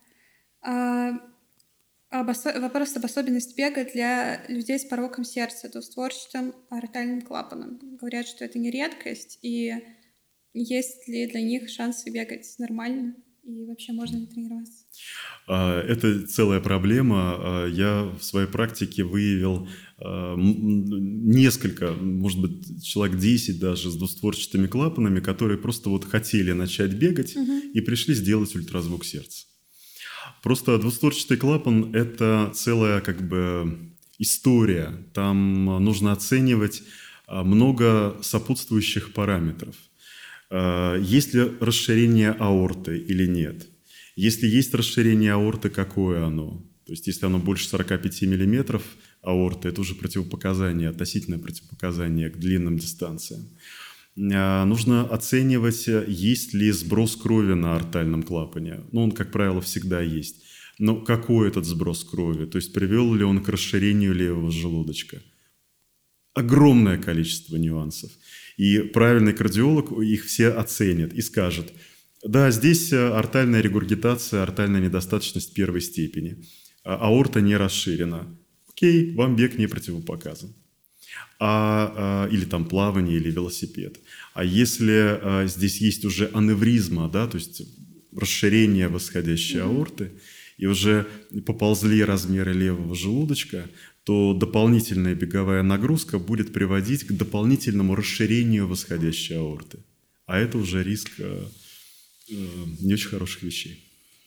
Вопрос об особенности бега для людей с пороком сердца, двустворчатым аортальным клапаном. Говорят, что это не редкость, и есть ли для них шансы бегать нормально, и вообще можно ли тренироваться? Это целая проблема. Я в своей практике выявил несколько, может быть, человек 10 даже с двустворчатыми клапанами, которые просто вот хотели начать бегать и пришли сделать ультразвук сердца. Просто двустворчатый клапан – это целая история. Там нужно оценивать много сопутствующих параметров. Есть ли расширение аорты или нет? Если есть расширение аорты, какое оно? То есть если оно больше 45 мм аорты, это уже противопоказание, относительное противопоказание к длинным дистанциям. Нужно оценивать, есть ли сброс крови на аортальном клапане. Он, как правило, всегда есть. Но какой этот сброс крови? То есть привел ли он к расширению левого желудочка? Огромное количество нюансов. И правильный кардиолог их все оценит и скажет: да, здесь аортальная регургитация, аортальная недостаточность первой степени. Аорта не расширена. Окей, вам бег не противопоказан. Или там плавание, или велосипед. А если здесь есть уже аневризма, да, то есть расширение восходящей аорты, и уже поползли размеры левого желудочка, то дополнительная беговая нагрузка будет приводить к дополнительному расширению восходящей аорты. А это уже риск не очень хороших вещей.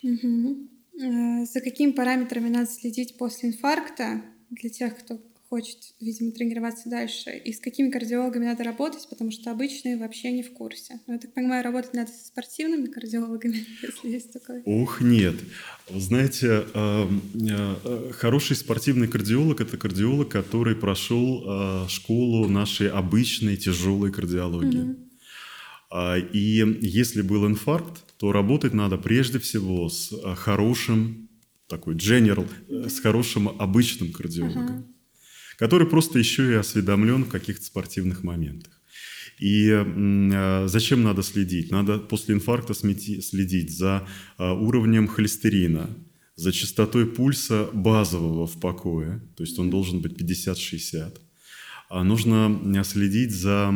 За какими параметрами надо следить после инфаркта для тех, кто хочет, видимо, тренироваться дальше? И с какими кардиологами надо работать, потому что обычные вообще не в курсе. Но я так понимаю, работать надо со спортивными кардиологами, если есть такое. Ох, нет. Вы знаете, хороший спортивный кардиолог – это кардиолог, который прошел школу нашей обычной тяжелой кардиологии. И если был инфаркт, то работать надо прежде всего с хорошим, с хорошим обычным кардиологом, который просто еще и осведомлен в каких-то спортивных моментах. И зачем надо следить? Надо после инфаркта следить за уровнем холестерина, за частотой пульса базового в покое, то есть он должен быть 50-60. Нужно следить за...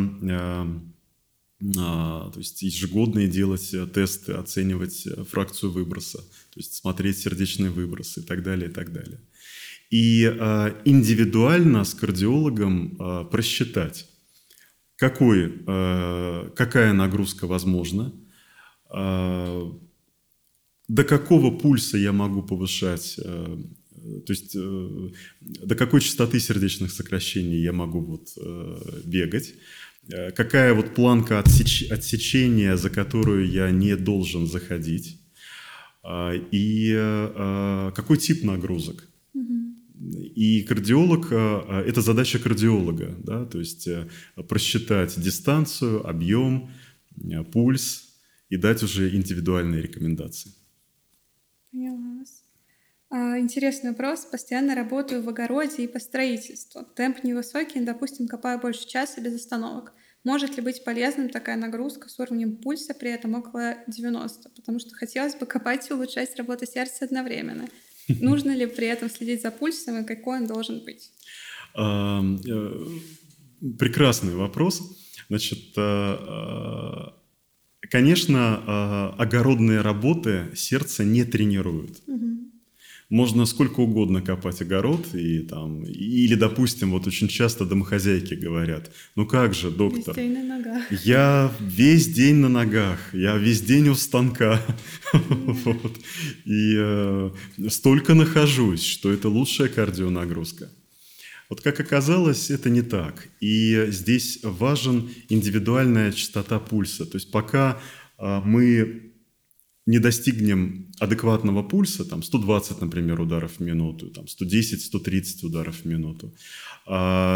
То есть ежегодные делать тесты, оценивать фракцию выброса, то есть смотреть сердечные выбросы и так далее, и так далее. И индивидуально с кардиологом просчитать, какая нагрузка возможна, до какого пульса я могу повышать, то есть до какой частоты сердечных сокращений я могу бегать, какая планка отсечения, за которую я не должен заходить, и какой тип нагрузок. И кардиолог – это задача кардиолога, да, то есть просчитать дистанцию, объем, пульс и дать уже индивидуальные рекомендации. Поняла вас. Интересный вопрос. Постоянно работаю в огороде и по строительству. Темп невысокий, допустим, копаю больше часа без остановок. Может ли быть полезным такая нагрузка с уровнем пульса при этом около 90? Потому что хотелось бы копать и улучшать работу сердца одновременно. Нужно ли при этом следить за пульсом и какой он должен быть? Прекрасный вопрос. Значит, конечно, огородные работы сердце не тренируют. Можно сколько угодно копать огород, или, допустим, очень часто домохозяйки говорят: ну как же, доктор, весь день на ногах. Я весь день на ногах, я весь день у станка, и столько нахожусь, что это лучшая кардионагрузка. Как оказалось, это не так. И здесь важен индивидуальная частота пульса. То есть пока мы не достигнем адекватного пульса, 120, например, ударов в минуту, 110-130 ударов в минуту,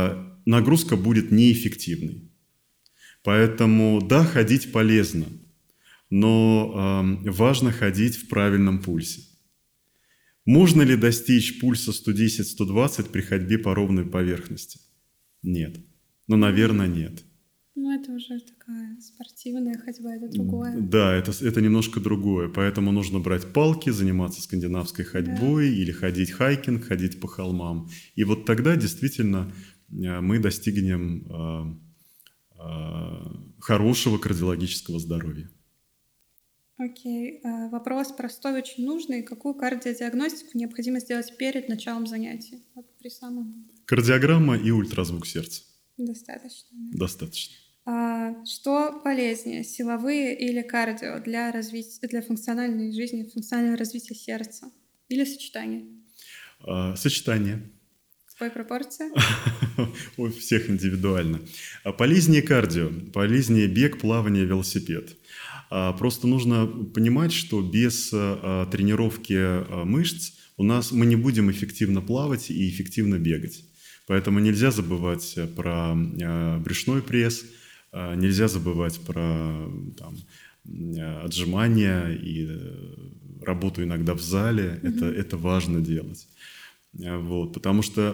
нагрузка будет неэффективной. Поэтому, да, ходить полезно, но важно ходить в правильном пульсе. Можно ли достичь пульса 110-120 при ходьбе по ровной поверхности? Нет. Ну, наверное, нет. Ну, это уже такая спортивная ходьба, это другое. Да, это немножко другое. Поэтому нужно брать палки, заниматься скандинавской ходьбой или ходить хайкинг, ходить по холмам. И вот тогда действительно мы достигнем хорошего кардиологического здоровья. Окей. Вопрос простой, очень нужный. Какую кардиодиагностику необходимо сделать перед началом занятий? Вот при самом... Кардиограмма и ультразвук сердца. Достаточно. Да? Достаточно. Что полезнее, силовые или кардио для функциональной жизни, функционального развития сердца? Или сочетание? Сочетание. Какой пропорции? У всех индивидуально. Полезнее кардио, полезнее бег, плавание, велосипед. Просто нужно понимать, что без тренировки мышц мы не будем эффективно плавать и эффективно бегать. Поэтому нельзя забывать про брюшной пресс, нельзя забывать про отжимания и работу иногда в зале. Это важно делать. Вот, потому что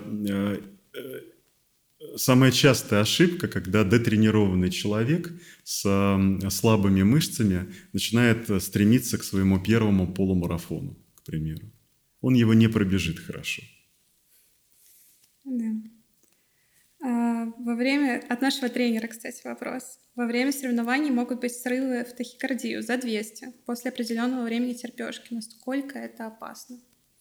самая частая ошибка, когда детренированный человек с слабыми мышцами начинает стремиться к своему первому полумарафону, к примеру. Он его не пробежит хорошо. Да. От нашего тренера, кстати, вопрос. Во время соревнований могут быть срывы в тахикардию за 200 после определенного времени терпешки. Насколько это опасно?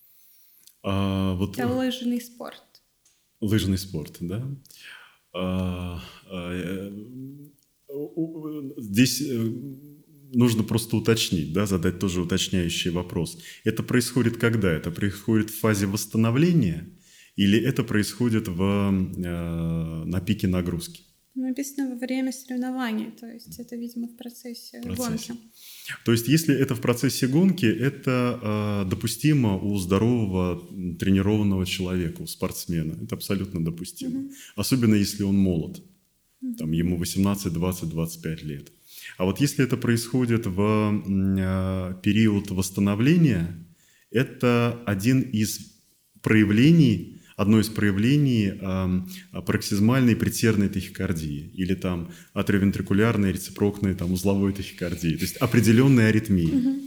Это лыжный спорт. Лыжный спорт, да. Здесь нужно просто уточнить, да, задать тоже уточняющий вопрос. Это происходит когда? Это происходит в фазе восстановления или это происходит на пике нагрузки? Написано во время соревнований, то есть это, видимо, в процессе гонки. То есть если это в процессе гонки, это допустимо у здорового тренированного человека, у спортсмена. Это абсолютно допустимо. Особенно если он молод. Там, ему 18, 20, 25 лет. А вот если это происходит в период восстановления, это одно из проявлений пароксизмальной предсердной тахикардии или там атриовентрикулярной рецепрокной узловой тахикардии, то есть определенные аритмии.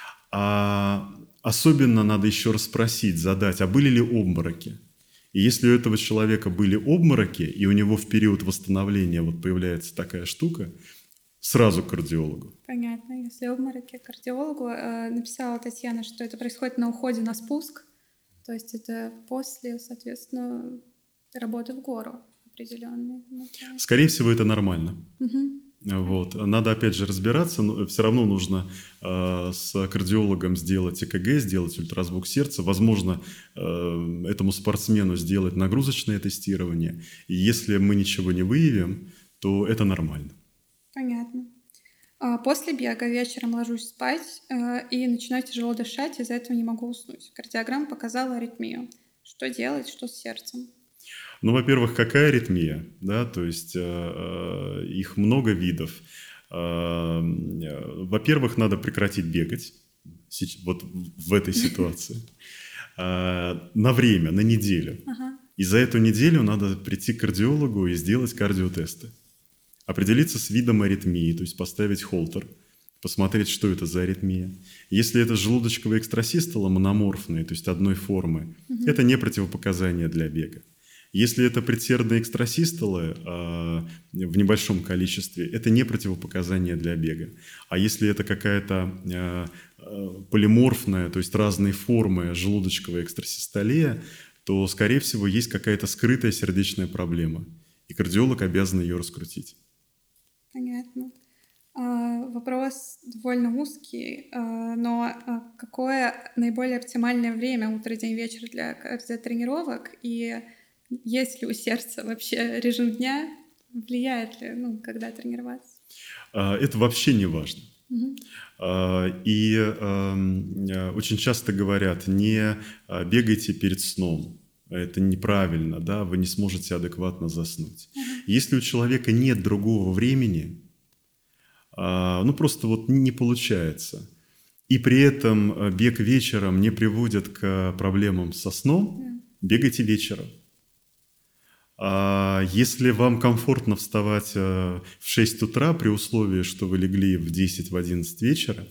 Особенно надо еще раз спросить, задать, а были ли обмороки? И если у этого человека были обмороки, и у него в период восстановления появляется такая штука, сразу к кардиологу. Понятно. Если обмороки, к кардиологу. Написала Татьяна, что это происходит на уходе на спуск. То есть это после, соответственно, работы в гору определенной. Скорее всего, это нормально. Вот. Надо, опять же, разбираться, но все равно нужно с кардиологом сделать ЭКГ, сделать ультразвук сердца. Возможно, этому спортсмену сделать нагрузочное тестирование. И если мы ничего не выявим, то это нормально. Понятно. После бега вечером ложусь спать и начинаю тяжело дышать, из-за этого не могу уснуть. Кардиограмма показала аритмию. Что делать, что с сердцем? Ну, во-первых, какая аритмия? Да? То есть их много видов. Во-первых, надо прекратить бегать вот в этой ситуации на время, на неделю. И за эту неделю надо прийти к кардиологу и сделать кардиотесты. Определиться с видом аритмии, то есть поставить холтер, посмотреть, что это за аритмия. Если это желудочковая экстрасистола мономорфная, то есть одной формы, это не противопоказание для бега. Если это предсердные экстрасистолы в небольшом количестве, это не противопоказание для бега. А если это какая-то полиморфная, то есть разные формы желудочковая экстрасистолия, то, скорее всего, есть какая-то скрытая сердечная проблема. И кардиолог обязан ее раскрутить. Понятно. Вопрос довольно узкий, но какое наиболее оптимальное время, утро, день, вечер для кардиотренировок? И есть ли у сердца вообще режим дня? Влияет ли, когда тренироваться? Это вообще не важно. И очень часто говорят, не бегайте перед сном. Это неправильно, да, вы не сможете адекватно заснуть. Если у человека нет другого времени, ну просто вот не получается. И при этом бег вечером не приводит к проблемам со сном, бегайте вечером. А если вам комфортно вставать в 6 утра при условии, что вы легли в 10, в 11 вечера,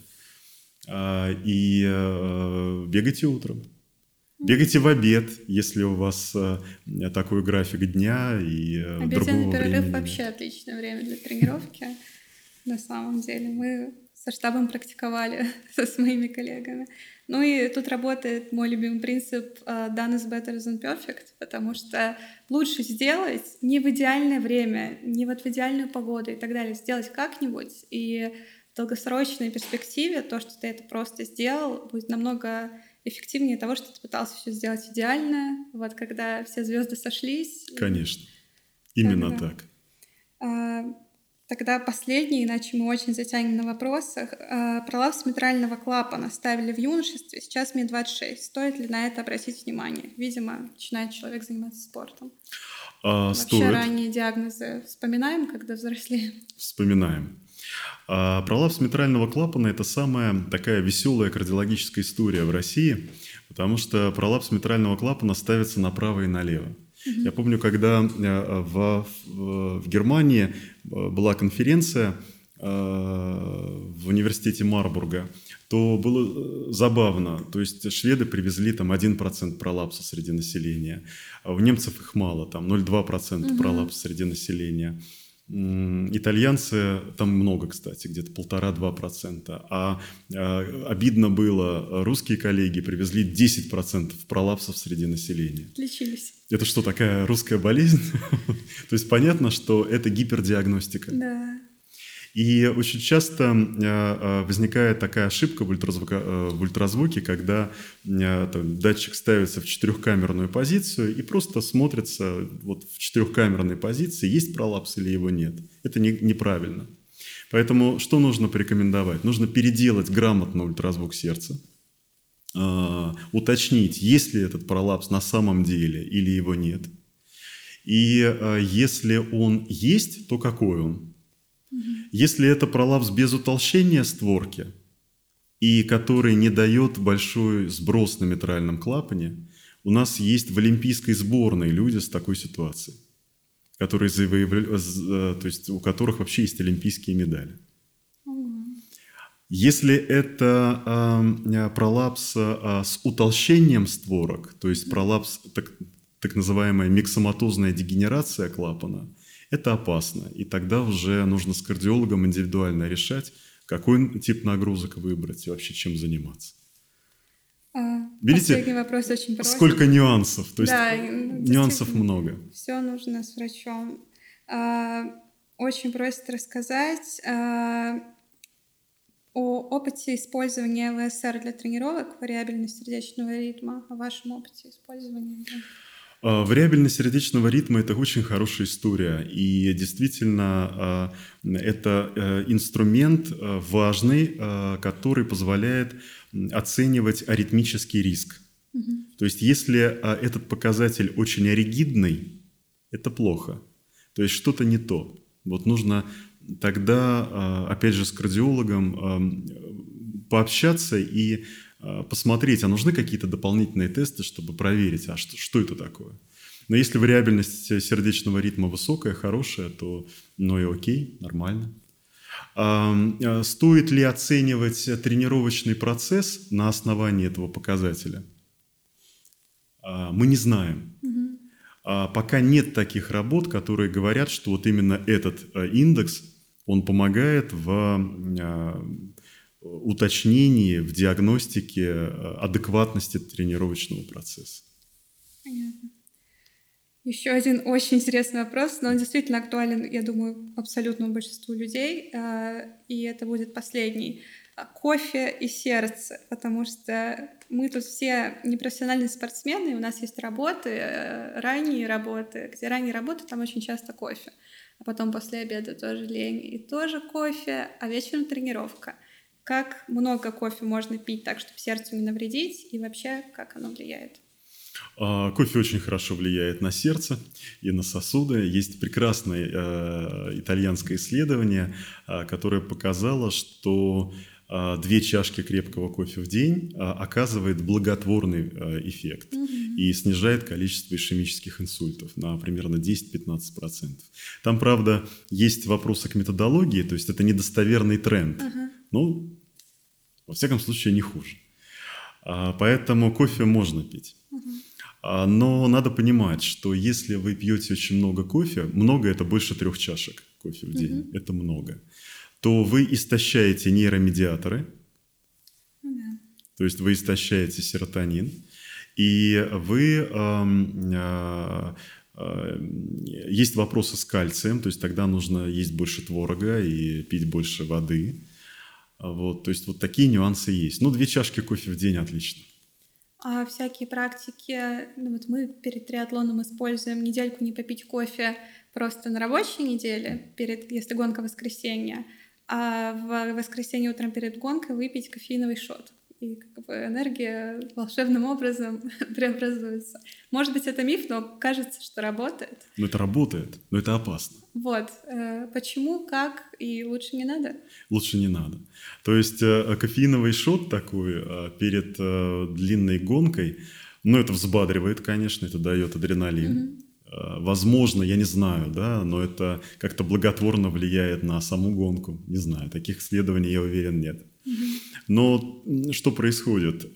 и бегайте утром. Бегайте в обед, если у вас такой график дня и Обеденный другого перерыв времени вообще нет. отличное время для тренировки. На самом деле мы со штабом практиковали с моими коллегами. Ну и тут работает мой любимый принцип done is better than perfect, потому что лучше сделать не в идеальное время, не вот в идеальную погоду и так далее, сделать как-нибудь, и в долгосрочной перспективе то, что ты это просто сделал, будет намного эффективнее того, что ты пытался все сделать идеально, вот когда все звезды сошлись. Конечно, именно Да-да-да. так. Тогда последний, иначе мы очень затянем на вопросах. Пролапс митрального клапана ставили в юношестве, сейчас мне 26. Стоит ли на это обратить внимание? Видимо, начинает человек заниматься спортом. Вообще Стоит. ранние диагнозы вспоминаем, когда взрослеем? Вспоминаем. Пролапс митрального клапана – это самая такая веселая кардиологическая история в России, потому что пролапс митрального клапана ставится направо и налево. Я помню, когда в Германии была конференция в университете Марбурга, то было забавно. То есть шведы привезли там 1% пролапса среди населения, а у немцев их мало, там 0,2% пролапса среди населения. Итальянцы, там много, кстати, где-то 1,5-2%. А обидно было, русские коллеги привезли 10% пролапсов среди населения. Отличились. Это что, такая русская болезнь? То есть понятно, что это гипердиагностика. Да. И очень часто возникает такая ошибка в ультразвуке, когда датчик ставится в четырехкамерную позицию и просто смотрится вот в четырехкамерной позиции, есть пролапс или его нет. Это неправильно. Поэтому что нужно порекомендовать? Нужно переделать грамотно ультразвук сердца, уточнить, есть ли этот пролапс на самом деле или его нет. И если он есть, то какой он? Если это пролапс без утолщения створки, и который не дает большой сброс на митральном клапане, у нас есть в олимпийской сборной люди с такой ситуацией, которые то есть у которых вообще есть олимпийские медали. Если это пролапс с утолщением створок, то есть пролапс, так называемая миксоматозная дегенерация клапана, это опасно. И тогда уже нужно с кардиологом индивидуально решать, какой тип нагрузок выбрать и вообще чем заниматься. Видите, последний вопрос очень простой. Сколько нюансов. То есть Да, нюансов много. Все нужно с врачом. Очень просят рассказать о опыте использования ЛСР для тренировок, вариабельность сердечного ритма, о вашем опыте использования. Вариабельность сердечного ритма – это очень хорошая история. И действительно, это инструмент важный, который позволяет оценивать аритмический риск. То есть, если этот показатель очень ригидный, это плохо. То есть, что-то не то. Вот нужно тогда, опять же, с кардиологом пообщаться и посмотреть, а нужны какие-то дополнительные тесты, чтобы проверить, а что это такое. Но если вариабельность сердечного ритма высокая, хорошая, то ну и окей, нормально. Стоит ли оценивать тренировочный процесс на основании этого показателя? Мы не знаем. Пока нет таких работ, которые говорят, что вот именно этот индекс, он помогает в уточнении, в диагностике адекватности тренировочного процесса. Понятно. Еще один очень интересный вопрос, но он действительно актуален, я думаю, абсолютному большинству людей, и это будет последний. Кофе и сердце, потому что мы тут все непрофессиональные спортсмены, у нас есть работы, ранние работы, где ранние работы, там очень часто кофе, а потом после обеда тоже лень и тоже кофе, а вечером тренировка. Как много кофе можно пить так, чтобы сердцу не навредить, и вообще, как оно влияет? Кофе очень хорошо влияет на сердце и на сосуды. Есть прекрасное итальянское исследование, которое показало, что 2 чашки крепкого кофе в день оказывает благотворный эффект и снижает количество ишемических инсультов на примерно 10-15%. Там, правда, есть вопросы к методологии, то есть это недостоверный тренд, но, во всяком случае, не хуже. Поэтому кофе можно пить. Но надо понимать, что если вы пьете очень много кофе, много – это больше 3 чашек кофе в день, это много, то вы истощаете нейромедиаторы, то есть вы истощаете серотонин, и есть вопросы с кальцием, то есть тогда нужно есть больше творога и пить больше воды. Вот, то есть вот такие нюансы есть. 2 чашки кофе в день отлично. А всякие практики, вот мы перед триатлоном используем недельку не попить кофе просто на рабочей неделе, если гонка в воскресенье, а в воскресенье утром перед гонкой выпить кофеиновый шот. И энергия волшебным образом преобразуется. Может быть, это миф, но кажется, что работает. Но это работает, но это опасно. Вот. Почему, как и лучше не надо? Лучше не надо. То есть кофеиновый шот такой перед длинной гонкой, это взбадривает, конечно, это дает адреналин. Возможно, я не знаю, да, но это как-то благотворно влияет на саму гонку. Не знаю, таких исследований, я уверен, нет. Но что происходит?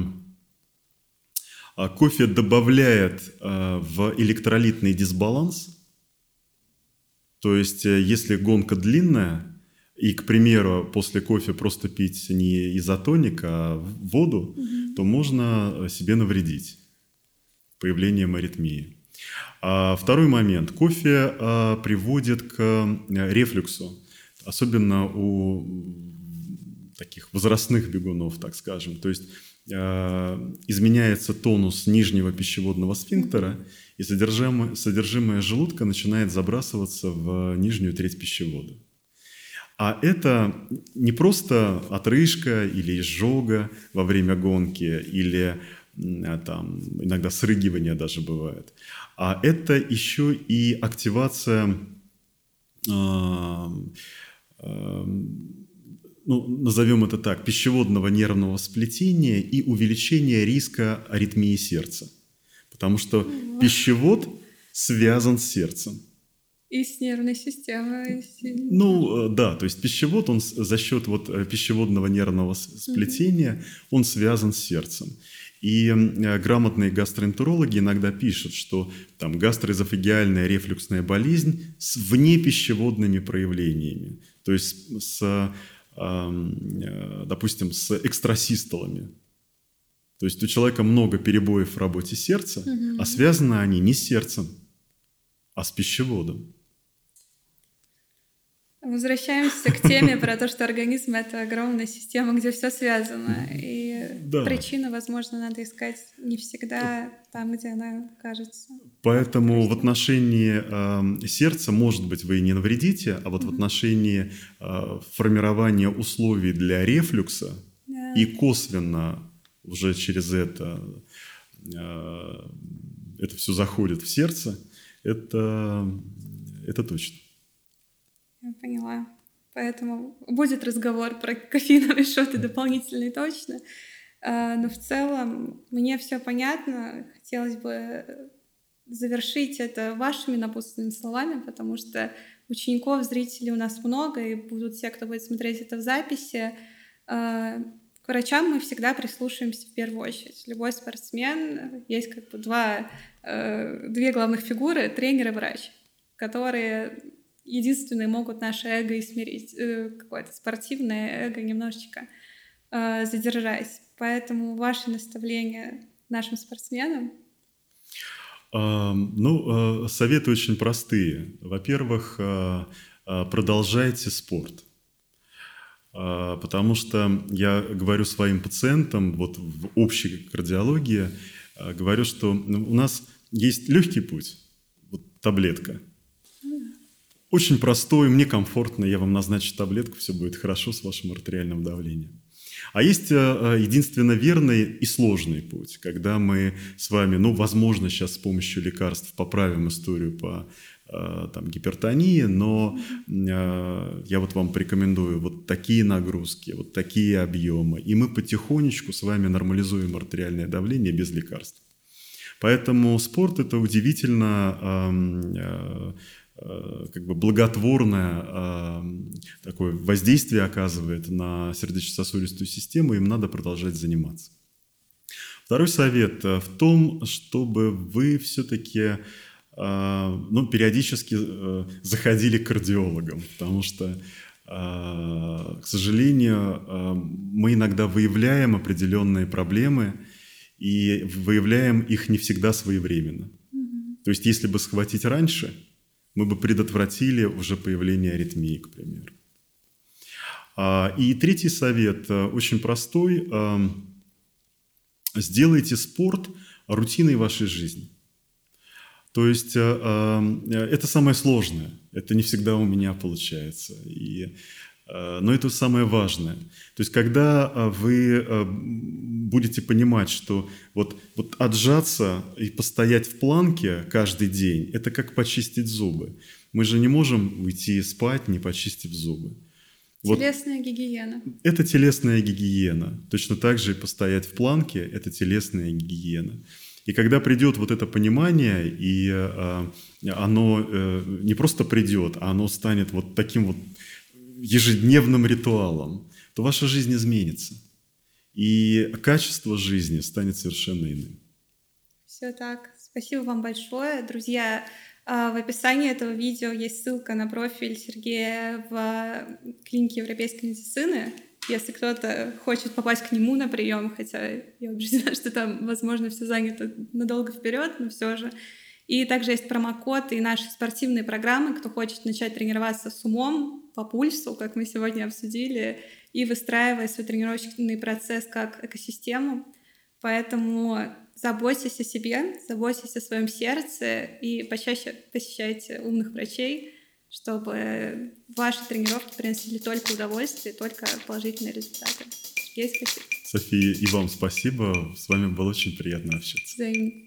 Кофе добавляет в электролитный дисбаланс. То есть, если гонка длинная, и, к примеру, после кофе просто пить не изотоник, а воду, то можно себе навредить появлением аритмии. Второй момент. Кофе приводит к рефлюксу, особенно у таких возрастных бегунов, так скажем. То есть изменяется тонус нижнего пищеводного сфинктера, и содержимое желудка начинает забрасываться в нижнюю треть пищевода. А это не просто отрыжка или изжога во время гонки, или там, иногда срыгивание даже бывает, а это еще и активация, назовем это так, пищеводного нервного сплетения и увеличение риска аритмии сердца. Потому что пищевод связан с сердцем. И с нервной системой. Да, то есть пищевод, он за счет пищеводного нервного сплетения, он связан с сердцем. И грамотные гастроэнтерологи иногда пишут, что там гастроэзофагеальная рефлюксная болезнь с внепищеводными проявлениями, то есть допустим, с экстрасистолами. То есть у человека много перебоев в работе сердца, а связаны они не с сердцем, а с пищеводом. Возвращаемся к теме про то, что организм — это огромная система, где все связано. И причину, возможно, надо искать не всегда там, где она кажется. Поэтому в отношении сердца, может быть, вы и не навредите, а вот в отношении формирования условий для рефлюкса и косвенно уже через это все заходит в сердце, это точно. Я поняла. Поэтому будет разговор про кофеиновые шоты дополнительный точно. Но в целом мне все понятно. Хотелось бы завершить это вашими напутственными словами, потому что учеников, зрителей у нас много, и будут те, кто будет смотреть это в записи. К врачам мы всегда прислушаемся в первую очередь. Любой спортсмен, есть две главных фигуры — тренер и врач, которые единственные могут наше эго смирить, какое-то спортивное эго немножечко задержать. Поэтому ваши наставления нашим спортсменам? Советы очень простые. Во-первых, продолжайте спорт. Потому что я говорю своим пациентам, в общей кардиологии, говорю, что у нас есть легкий путь, таблетка. Очень простой, мне комфортно, я вам назначу таблетку, все будет хорошо с вашим артериальным давлением. А есть единственно верный и сложный путь, когда мы с вами, возможно, сейчас с помощью лекарств поправим историю по гипертонии, но я вот вам порекомендую вот такие нагрузки, вот такие объемы, и мы потихонечку с вами нормализуем артериальное давление без лекарств. Поэтому спорт – это удивительно благотворное такое воздействие оказывает на сердечно-сосудистую систему, им надо продолжать заниматься. Второй совет в том, чтобы вы все-таки периодически заходили к кардиологам, потому что, к сожалению, мы иногда выявляем определенные проблемы и выявляем их не всегда своевременно. То есть, если бы схватить раньше, мы бы предотвратили уже появление аритмии, к примеру. И третий совет очень простой. Сделайте спорт рутиной вашей жизни. То есть это самое сложное. Это не всегда у меня получается. Но это самое важное. То есть когда вы будете понимать, что вот отжаться и постоять в планке каждый день – это как почистить зубы. Мы же не можем уйти спать, не почистив зубы. Телесная гигиена. Это телесная гигиена. Точно так же и постоять в планке – это телесная гигиена. И когда придет вот это понимание, и оно не просто придет, а оно станет вот таким вот ежедневным ритуалом, то ваша жизнь изменится. И качество жизни станет совершенно иным. Все так. Спасибо вам большое. Друзья, в описании этого видео есть ссылка на профиль Сергея в клинике европейской медицины. Если кто-то хочет попасть к нему на прием, хотя я убеждена, что там, возможно, все занято надолго вперед, но все же. И также есть промокод и наши спортивные программы, кто хочет начать тренироваться с умом, по пульсу, как мы сегодня обсудили, и выстраивая свой тренировочный процесс как экосистему. Поэтому заботьтесь о себе, заботьтесь о своем сердце и почаще посещайте умных врачей, чтобы ваши тренировки приносили только удовольствие, только положительные результаты. Сергей, спасибо. София, и вам спасибо. С вами было очень приятно общаться. Взаимно.